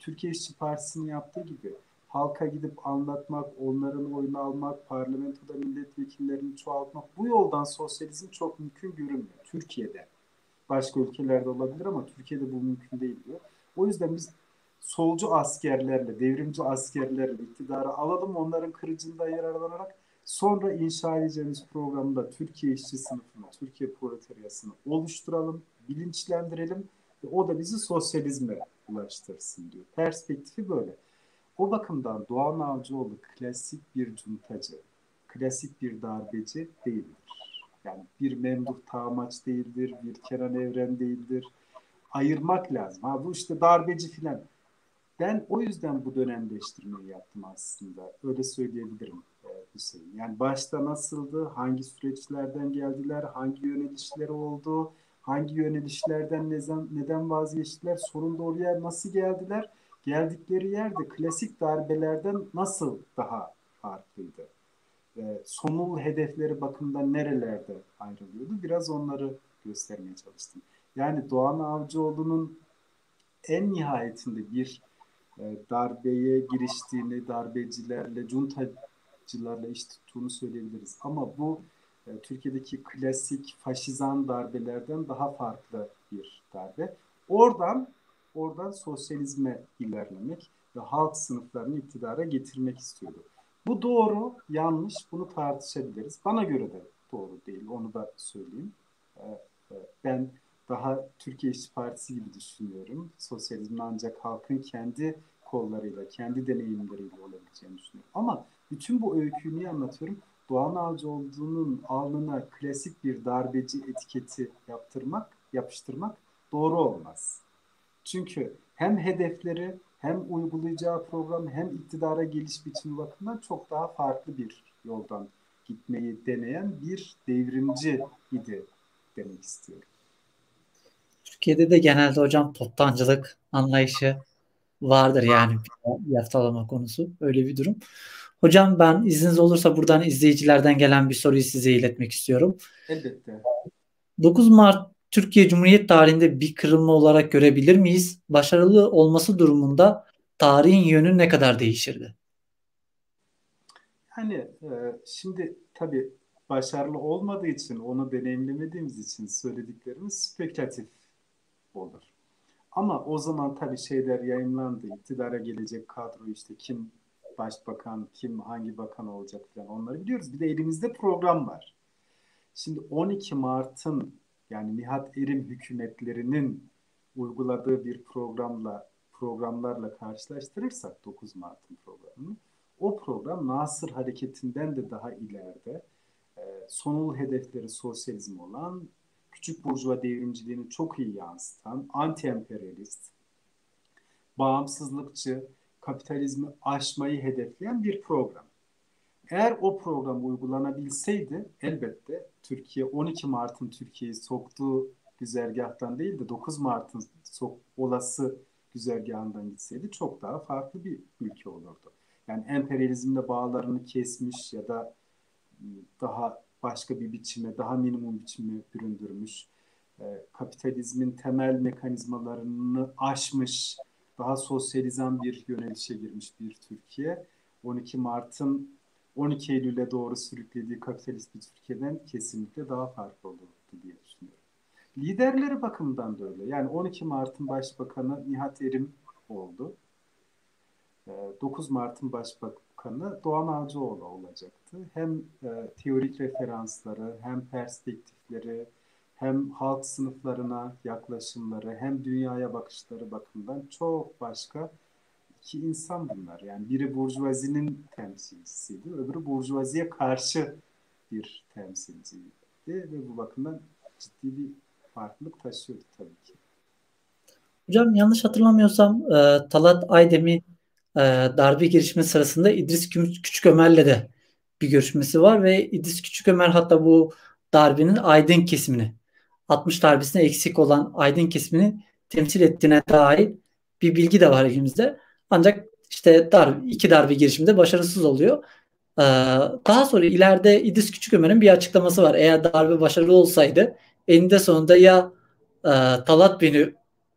Türkiye İşçi Partisi'nin yaptığı gibi halka gidip anlatmak, onların oyunu almak, parlamentoda milletvekillerini çoğaltmak, bu yoldan sosyalizm çok mümkün görünmüyor Türkiye'de. Başka ülkelerde olabilir ama Türkiye'de bu mümkün değil diyor. O yüzden biz solcu askerlerle, devrimci askerlerle iktidarı alalım, onların kırıcılığından yararlanarak sonra inşa edeceğimiz programda Türkiye işçi sınıfını, Türkiye proletaryasını oluşturalım, bilinçlendirelim ve o da bizi sosyalizme ulaştırsın diyor. Perspektifi böyle. O bakımdan Doğan Avcıoğlu klasik bir cuntacı, klasik bir darbeci değildir. Yani bir Memduh Tağmaç değildir, bir Kenan Evren değildir. Ayırmak lazım. Ha bu işte darbeci filan. Ben o yüzden bu dönemleştirmeyi yaptım aslında. Öyle söyleyebilirim e, Hüseyin. Yani başta nasıldı, hangi süreçlerden geldiler, hangi yönelişleri oldu, hangi yönelişlerden neden, neden vazgeçtiler, sonunda oraya nasıl geldiler, geldikleri yerde klasik darbelerden nasıl daha farklıydı? E, somul hedefleri bakımından nerelerde ayrılıyordu? Biraz onları göstermeye çalıştım. Yani Doğan Avcıoğlu'nun en nihayetinde bir e, darbeye giriştiğini, darbecilerle, cuntacılarla iş tuttuğunu söyleyebiliriz. Ama bu e, Türkiye'deki klasik faşizan darbelerden daha farklı bir darbe. Oradan oradan sosyalizme ilerlemek ve halk sınıflarını iktidara getirmek istiyordu. Bu doğru, yanlış, bunu tartışabiliriz. Bana göre de doğru değil, onu da söyleyeyim. E, e, ben daha Türkiye İşçi Partisi gibi düşünüyorum. Sosyalizmin ancak halkın kendi kollarıyla, kendi deneyimleriyle olabileceğini düşünüyorum. Ama bütün bu öyküyü niye anlatıyorum? Doğan Avcıoğlu'nun alnına klasik bir darbeci etiketi yaptırmak, yapıştırmak doğru olmaz. Çünkü hem hedefleri, hem uygulayacağı program, hem iktidara geliş biçimi bakımından çok daha farklı bir yoldan gitmeyi deneyen bir devrimci idi demek istiyorum. Türkiye'de de genelde hocam toptancılık anlayışı vardır yani bir yaftalama konusu. Öyle bir durum. Hocam ben izniniz olursa buradan izleyicilerden gelen bir soruyu size iletmek istiyorum. Elbette. dokuz Mart Türkiye Cumhuriyet tarihinde bir kırılma olarak görebilir miyiz? Başarılı olması durumunda tarihin yönü ne kadar değişirdi? Hani e, şimdi tabii başarılı olmadığı için, onu deneyimlemediğimiz için söylediklerimiz spekülatif olur. Ama o zaman tabii şeyler yayınlandı. İktidara gelecek kadro işte kim başbakan, kim hangi bakan olacak falan onları biliyoruz. Bir de elimizde program var. Şimdi on iki Mart'ın yani Nihat Erim hükümetlerinin uyguladığı bir programla programlarla karşılaştırırsak dokuz Mart'ın programını, o program Nasır Hareketi'nden de daha ileride, e, sonul hedefleri sosyalizm olan, küçük burjuva devrimciliğini çok iyi yansıtan, anti-emperyalist, bağımsızlıkçı, kapitalizmi aşmayı hedefleyen bir program. Eğer o program uygulanabilseydi elbette Türkiye on iki Mart'ın Türkiye'yi soktuğu güzergahtan değil de dokuz Mart'ın sok, olası güzergahından gitseydi çok daha farklı bir ülke olurdu. Yani emperyalizmle bağlarını kesmiş ya da daha başka bir biçime, daha minimum biçime büründürmüş, e, kapitalizmin temel mekanizmalarını aşmış, daha sosyalizan bir yönelişe girmiş bir Türkiye, on iki Mart'ın on iki Eylül'e doğru sürüklediği kapitalist bir Türkiye'den kesinlikle daha farklı olurdu diye düşünüyorum. Liderleri bakımından da öyle. Yani on iki Mart'ın başbakanı Nihat Erim oldu. dokuz Mart'ın başbakanı Doğan Avcıoğlu olacaktı. Hem e, teorik referansları, hem perspektifleri, hem halk sınıflarına yaklaşımları, hem dünyaya bakışları bakımından çok başka iki insan bunlar. Yani biri burjuvazinin temsilcisiydi, öbürü burjuvaziye karşı bir temsilciydi. Ve bu bakımdan ciddi bir farklılık taşıyordu tabii ki. Hocam yanlış hatırlamıyorsam e, Talat Aydemir'in e, darbe girişimi sırasında İdris Kü- Küçükömer'le de bir görüşmesi var ve İdris Küçükömer hatta bu darbenin aydın kesimini altmış darbesine eksik olan aydın kesimini temsil ettiğine dair bir bilgi de var elimizde. Ancak işte darbe, iki darbe girişiminde başarısız oluyor. Ee, Daha sonra ileride İdris Küçükömer'in bir açıklaması var. Eğer darbe başarılı olsaydı eninde sonunda ya e, Talat beni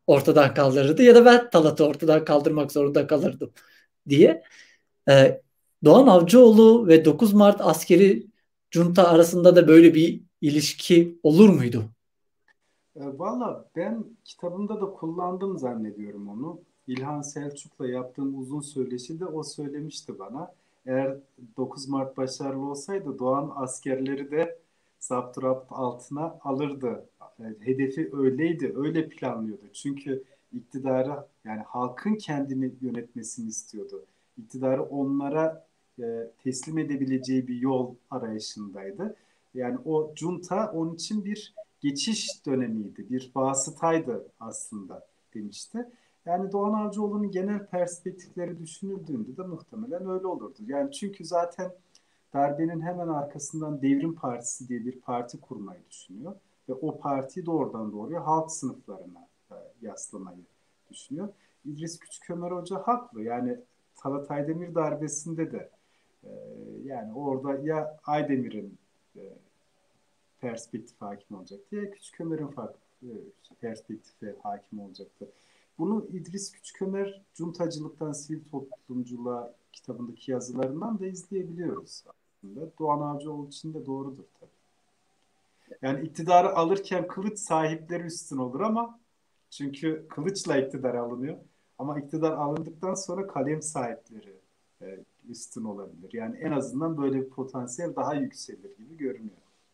ortadan kaldırırdı ya da ben Talat'ı ortadan kaldırmak zorunda kalırdım diye. Ee, Doğan Avcıoğlu ve dokuz Mart askeri junta arasında da böyle bir ilişki olur muydu? E, Valla ben kitabımda da kullandım zannediyorum onu. İlhan Selçuk'la yaptığım uzun söyleşide o söylemişti bana. Eğer dokuz Mart başarılı olsaydı Doğan askerleri de zapturapt altına alırdı. E, Hedefi öyleydi, öyle planlıyordu. Çünkü iktidarı yani halkın kendini yönetmesini istiyordu. İktidarı onlara e, teslim edebileceği bir yol arayışındaydı. Yani o junta onun için bir geçiş dönemiydi, bir vasıtaydı aslında demişti. Yani Doğan Avcıoğlu'nun genel perspektifleri düşünüldüğünde de muhtemelen öyle olurdu. Yani çünkü zaten darbenin hemen arkasından Devrim Partisi diye bir parti kurmayı düşünüyor ve o partiyi doğrudan doğruya halk sınıflarına e, yaslamayı düşünüyor. İdris Küçükömer Hoca haklı. Yani Talat Aydemir darbesinde de e, yani orada ya Aydemir'in e, perspektif hakim olacaktı ya Küçükömer'in farklı e, perspektife hakim olacaktı. Bunu İdris Küçükömer Cuntacılıktan Sivil Toplumculuğa kitabındaki yazılarından da izleyebiliyoruz aslında. Doğan Avcıoğlu için de doğrudur tabii. Yani iktidarı alırken kılıç sahipleri üstün olur ama çünkü kılıçla iktidar alınıyor. Ama iktidar alındıktan sonra kalem sahipleri e, üstün olabilir. Yani en azından böyle bir potansiyel daha yükselir gibi görünüyor.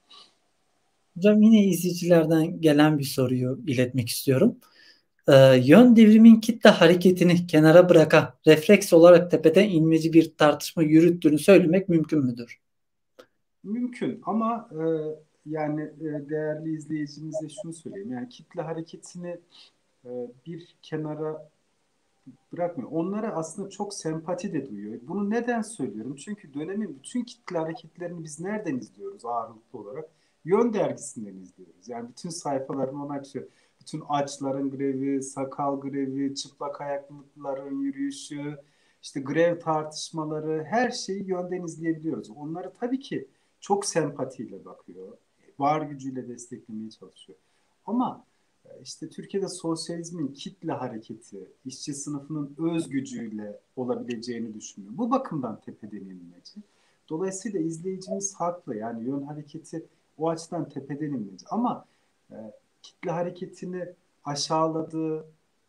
Hocam yine izleyicilerden gelen bir soruyu iletmek istiyorum. Ee, yön devrimin kitle hareketini kenara bırakan refleks olarak tepeden inmeci bir tartışma yürüttüğünü söylemek mümkün müdür? Mümkün ama e, yani e, değerli izleyicimize şunu söyleyeyim. Yani kitle hareketini e, bir kenara bırakmıyor. Onlara aslında çok sempati de duyuyor. Bunu neden söylüyorum? Çünkü dönemin bütün kitle hareketlerini biz nereden izliyoruz ağırlıklı olarak? Yön dergisinden izliyoruz. Yani bütün sayfalarını onu açıyor. Bütün açların grevi, sakal grevi, çıplak ayaklıların yürüyüşü, işte grev tartışmaları, her şeyi yönden izleyebiliyoruz. Onları tabii ki çok sempatiyle bakıyor. Var gücüyle desteklemeye çalışıyor. Ama işte Türkiye'de sosyalizmin kitle hareketi, işçi sınıfının öz gücüyle olabileceğini düşünüyor. Bu bakımdan tepeden inmeci. Dolayısıyla izleyicimiz haklı. Yani yön hareketi o açıdan tepeden inmeci. Ama e, kitle hareketini aşağıladığı,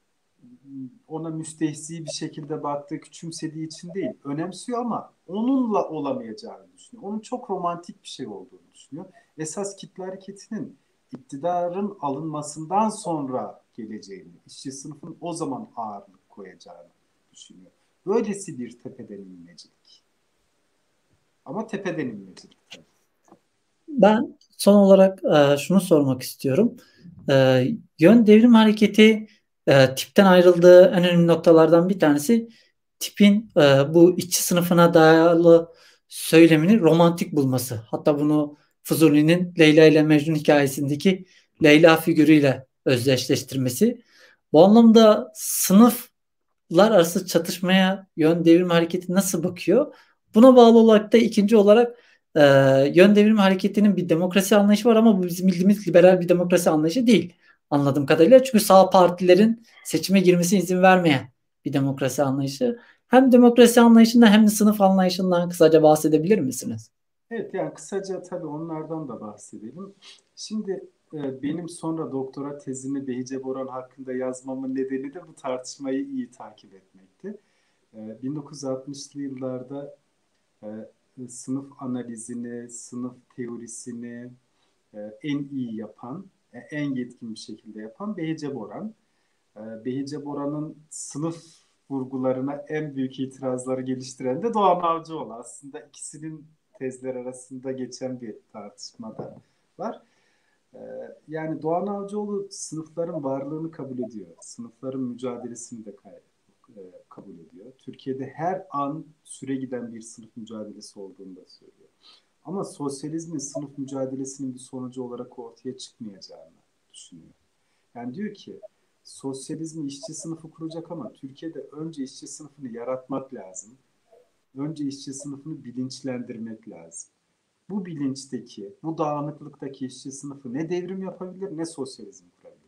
ona müstehzi bir şekilde baktığı, küçümsediği için değil. Önemsiyor ama onunla olamayacağını düşünüyor. Onun çok romantik bir şey olduğunu düşünüyor. Esas kitle hareketinin iktidarın alınmasından sonra geleceğini, işçi sınıfın o zaman ağırlık koyacağını düşünüyor. Böylesi bir tepeden inmecilik. Ama tepeden inmecilik tabii. Ben son olarak e, şunu sormak istiyorum. E, Yön devrim hareketi e, tipten ayrıldığı en önemli noktalardan bir tanesi tipin e, bu işçi sınıfına dayalı söylemini romantik bulması. Hatta bunu Fuzuli'nin Leyla ile Mecnun hikayesindeki Leyla figürüyle özdeşleştirmesi. Bu anlamda sınıf arası çatışmaya yön devrim hareketi nasıl bakıyor? Buna bağlı olarak da ikinci olarak e, yön devrim hareketinin bir demokrasi anlayışı var ama bu bizim bildiğimiz liberal bir demokrasi anlayışı değil anladığım kadarıyla. Çünkü sağ partilerin seçime girmesine izin vermeyen bir demokrasi anlayışı. Hem demokrasi anlayışından hem de sınıf anlayışından kısaca bahsedebilir misiniz? Evet yani kısaca tabii onlardan da bahsedelim. Şimdi e, benim sonra doktora tezimi Behice Boran hakkında yazmamın nedeni de bu tartışmayı iyi takip etmekti. E, bin dokuz yüz altmışlı yıllarda e, sınıf analizini, sınıf teorisini e, en iyi yapan, e, en yetkin bir şekilde yapan Behice Boran. E, Behice Boran'ın sınıf vurgularına en büyük itirazları geliştiren de Doğan Avcıoğlu. Aslında ikisinin tezler arasında geçen bir tartışma da var. E, Yani Doğan Avcıoğlu sınıfların varlığını kabul ediyor. Sınıfların mücadelesini de e, kabul ediyor. Türkiye'de her an süre giden bir sınıf mücadelesi olduğunu da söylüyor. Ama sosyalizmin sınıf mücadelesinin bir sonucu olarak ortaya çıkmayacağını düşünüyor. Yani diyor ki sosyalizmi işçi sınıfı kuracak ama Türkiye'de önce işçi sınıfını yaratmak lazım. Önce işçi sınıfını bilinçlendirmek lazım. Bu bilinçteki, bu dağınıklıktaki işçi sınıfı ne devrim yapabilir ne sosyalizm kurabilir.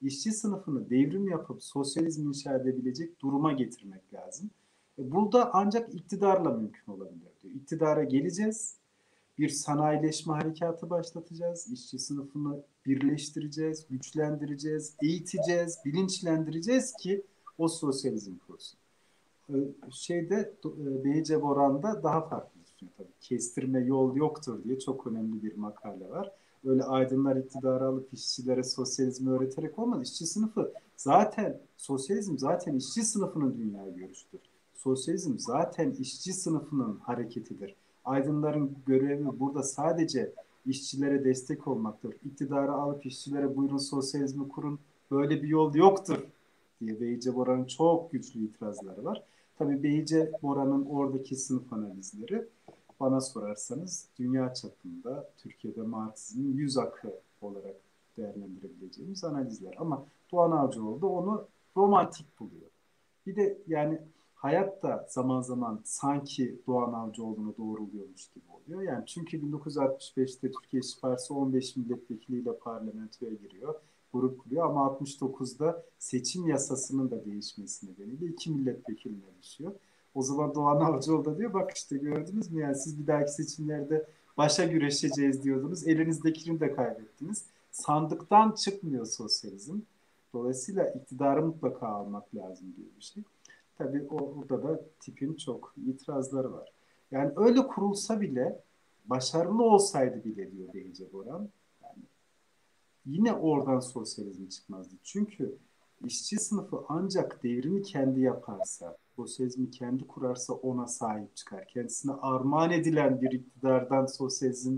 işçi sınıfını devrim yapıp sosyalizm inşa edebilecek duruma getirmek lazım. E, burada ancak iktidarla mümkün olabilir diyor. İktidara geleceğiz, bir sanayileşme harekatı başlatacağız, işçi sınıfını birleştireceğiz, güçlendireceğiz, eğiteceğiz, bilinçlendireceğiz ki o sosyalizm kursun. E, şeyde e, Beyce Boran'da daha farklı düşünüyor tabii. Kestirme yol yoktur diye çok önemli bir makale var. Öyle aydınlar iktidarı alıp işçilere sosyalizmi öğreterek olmaz. İşçi sınıfı zaten, sosyalizm zaten işçi sınıfının dünya görüşüdür. Sosyalizm zaten işçi sınıfının hareketidir. Aydınların görevi burada sadece işçilere destek olmaktır. İktidarı alıp işçilere buyurun sosyalizmi kurun, böyle bir yol yoktur diye Beyce Boran'ın çok güçlü itirazları var. Tabii Beyce Bora'nın oradaki sınıf analizleri bana sorarsanız dünya çapında Türkiye'de Marksizmin yüz akı olarak değerlendirebileceğimiz analizler. Ama Doğan Avcıoğlu da onu romantik buluyor. Bir de yani hayat da zaman zaman sanki Doğan Avcıoğlu'nu doğruluyormuş gibi oluyor. Yani çünkü bin dokuz yüz altmış beşte Türkiye İşçi Partisi on beş milletvekiliyle parlamentoya giriyor, grup kuruyor ama altmış dokuzda seçim yasasının da değişmesi nedeniyle iki milletvekiline düşüyor. O zaman Doğan Avcıoğlu da diyor bak işte gördünüz mü yani siz bir dahaki seçimlerde başa güreşeceğiz diyordunuz. Elinizdekini de kaybettiniz. Sandıktan çıkmıyor sosyalizm. Dolayısıyla iktidarı mutlaka almak lazım diye bir şey. Tabii orada da tipin çok itirazları var. Yani öyle kurulsa bile başarılı olsaydı bile diyor Beyce Boran. Yani yine oradan sosyalizm çıkmazdı. Çünkü işçi sınıfı ancak devrimi kendi yaparsa, sosyalizmi kendi kurarsa ona sahip çıkar. Kendisine armağan edilen bir iktidardan sosyalizm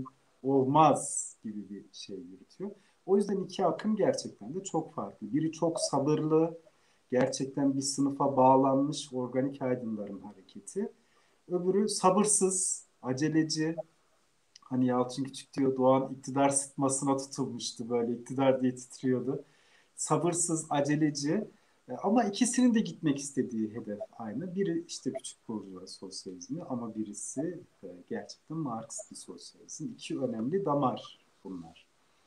olmaz gibi bir şey yürütüyor. O yüzden iki akım gerçekten de çok farklı. Biri çok sabırlı, gerçekten bir sınıfa bağlanmış organik aydınların hareketi. Öbürü sabırsız, aceleci. Hani Yalçın Küçük diyor Doğan iktidar sıtmasına tutulmuştu böyle iktidar diye titriyordu. Sabırsız, aceleci e, ama ikisinin de gitmek istediği hedef aynı. Biri işte küçük burjuva sosyalizmi ama birisi e, gerçekten Marksist sosyalizm. İki önemli damar bunlar.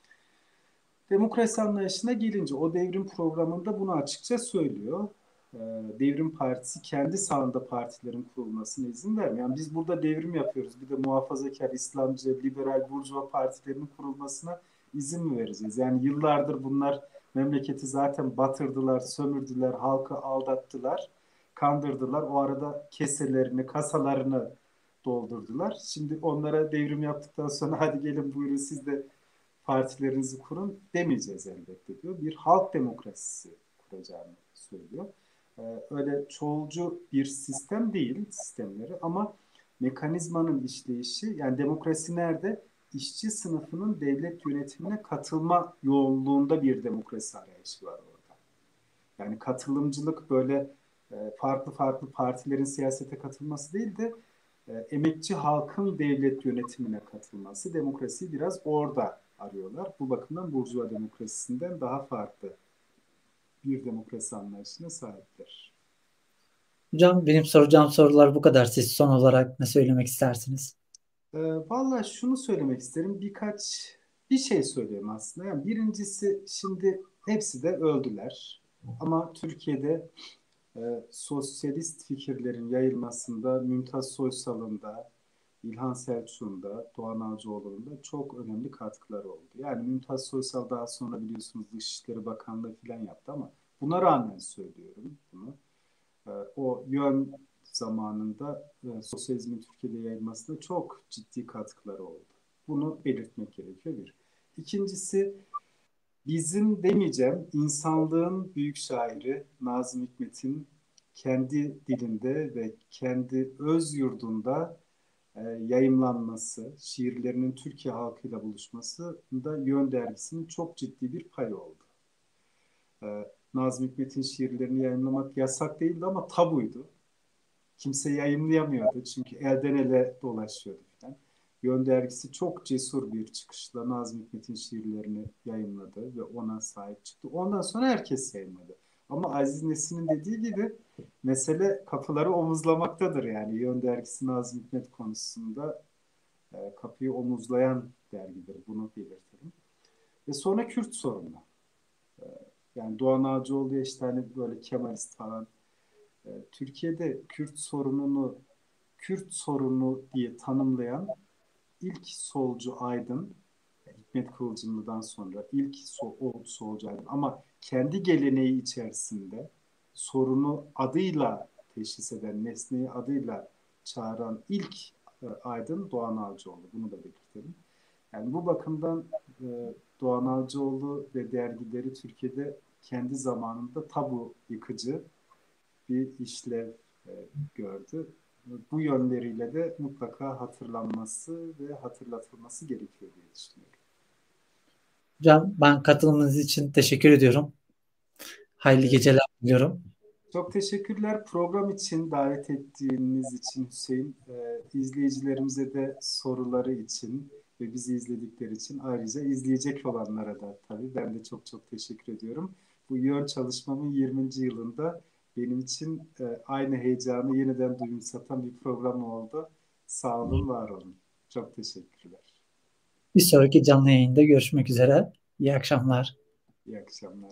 Demokrasi anlayışına gelince o devrim programında bunu açıkça söylüyor. Ee, Devrim Partisi kendi sağında partilerin kurulmasına izin vermiyor. Yani biz burada devrim yapıyoruz. Bir de muhafazakar, İslamcı, liberal, burjuva partilerinin kurulmasına izin mi vereceğiz? Yani yıllardır bunlar memleketi zaten batırdılar, sömürdüler, halkı aldattılar, kandırdılar. O arada keselerini, kasalarını doldurdular. Şimdi onlara devrim yaptıktan sonra hadi gelin buyurun siz de partilerinizi kurun demeyeceğiz elbette diyor. Bir halk demokrasisi kuracağını söylüyor. Ee, öyle çoğulcu bir sistem değil sistemleri ama mekanizmanın işleyişi yani demokrasi nerede? İşçi sınıfının devlet yönetimine katılma yoğunluğunda bir demokrasi arayışı var orada. Yani katılımcılık böyle e, farklı farklı partilerin siyasete katılması değil de e, emekçi halkın devlet yönetimine katılması, demokrasiyi biraz orada arıyorlar. Bu bakımdan Burjuva demokrasisinden daha farklı bir demokrasi anlayışına sahipler. Hocam benim soracağım sorular bu kadar. Siz son olarak ne söylemek istersiniz? E, Valla şunu söylemek isterim. Birkaç bir şey söyleyeyim aslında. Yani birincisi şimdi hepsi de öldüler. Ama Türkiye'de e, sosyalist fikirlerin yayılmasında Mümtaz Soysal'ın da, İlhan Selçuk'un da, Doğan Avcıoğlu'nun da çok önemli katkıları oldu. Yani Mümtaz Soysal daha sonra biliyorsunuz Dışişleri Bakanlığı falan yaptı ama buna rağmen söylüyorum bunu. E, o yön zamanında e, sosyalizmin Türkiye'de yayılmasında çok ciddi katkıları oldu. Bunu belirtmek gerekiyor bir. İkincisi bizim demeyeceğim, insanlığın büyük şairi Nazım Hikmet'in kendi dilinde ve kendi öz yurdunda e, yayımlanması, şiirlerinin Türkiye halkıyla buluşması da Yön dergisinin çok ciddi bir payı oldu. E, Nazım Hikmet'in şiirlerini yayınlamak yasak değildi ama tabuydu. Kimse yayınlayamıyordu çünkü elden ele dolaşıyordu falan. Yön dergisi çok cesur bir çıkışla Nazım Hikmet'in şiirlerini yayınladı ve ona sahip çıktı. Ondan sonra herkes yayınladı. Ama Aziz Nesin'in dediği gibi mesele kapıları omuzlamaktadır. Yani Yön dergisi Nazım Hikmet konusunda e, kapıyı omuzlayan dergidir. Bunu belirtelim. Ve sonra Kürt sorunu. Yani Doğan Avcıoğlu diye işte hani böyle Kemalist falan. E, Türkiye'de Kürt sorununu Kürt sorunu diye tanımlayan ilk solcu aydın, Hikmet Kıvılcımlı'dan sonra ilk so o solcu aydın. Ama kendi geleneği içerisinde sorunu adıyla teşhis eden, nesneyi adıyla çağıran ilk e, aydın Doğan Avcıoğlu. Bunu da belirtelim. Yani bu bakımdan e, Doğan Avcıoğlu ve dergileri Türkiye'de kendi zamanında tabu yıkıcı bir işlev e, gördü. Bu yönleriyle de mutlaka hatırlanması ve hatırlatılması gerekiyor diye düşünüyorum. Hocam ben katılımınız için teşekkür ediyorum. Hayırlı E, geceler diliyorum. Çok teşekkürler program için, davet ettiğiniz için Hüseyin. E, izleyicilerimize de soruları için ve bizi izledikleri için, ayrıca izleyecek olanlara da tabii ben de çok çok teşekkür ediyorum. Bu yön çalışmamın yirminci yılında benim için e, aynı heyecanı yeniden duyumsatan bir program oldu. Sağ olun, var olun. Çok teşekkürler. Bir sonraki canlı yayında görüşmek üzere. İyi akşamlar. İyi akşamlar.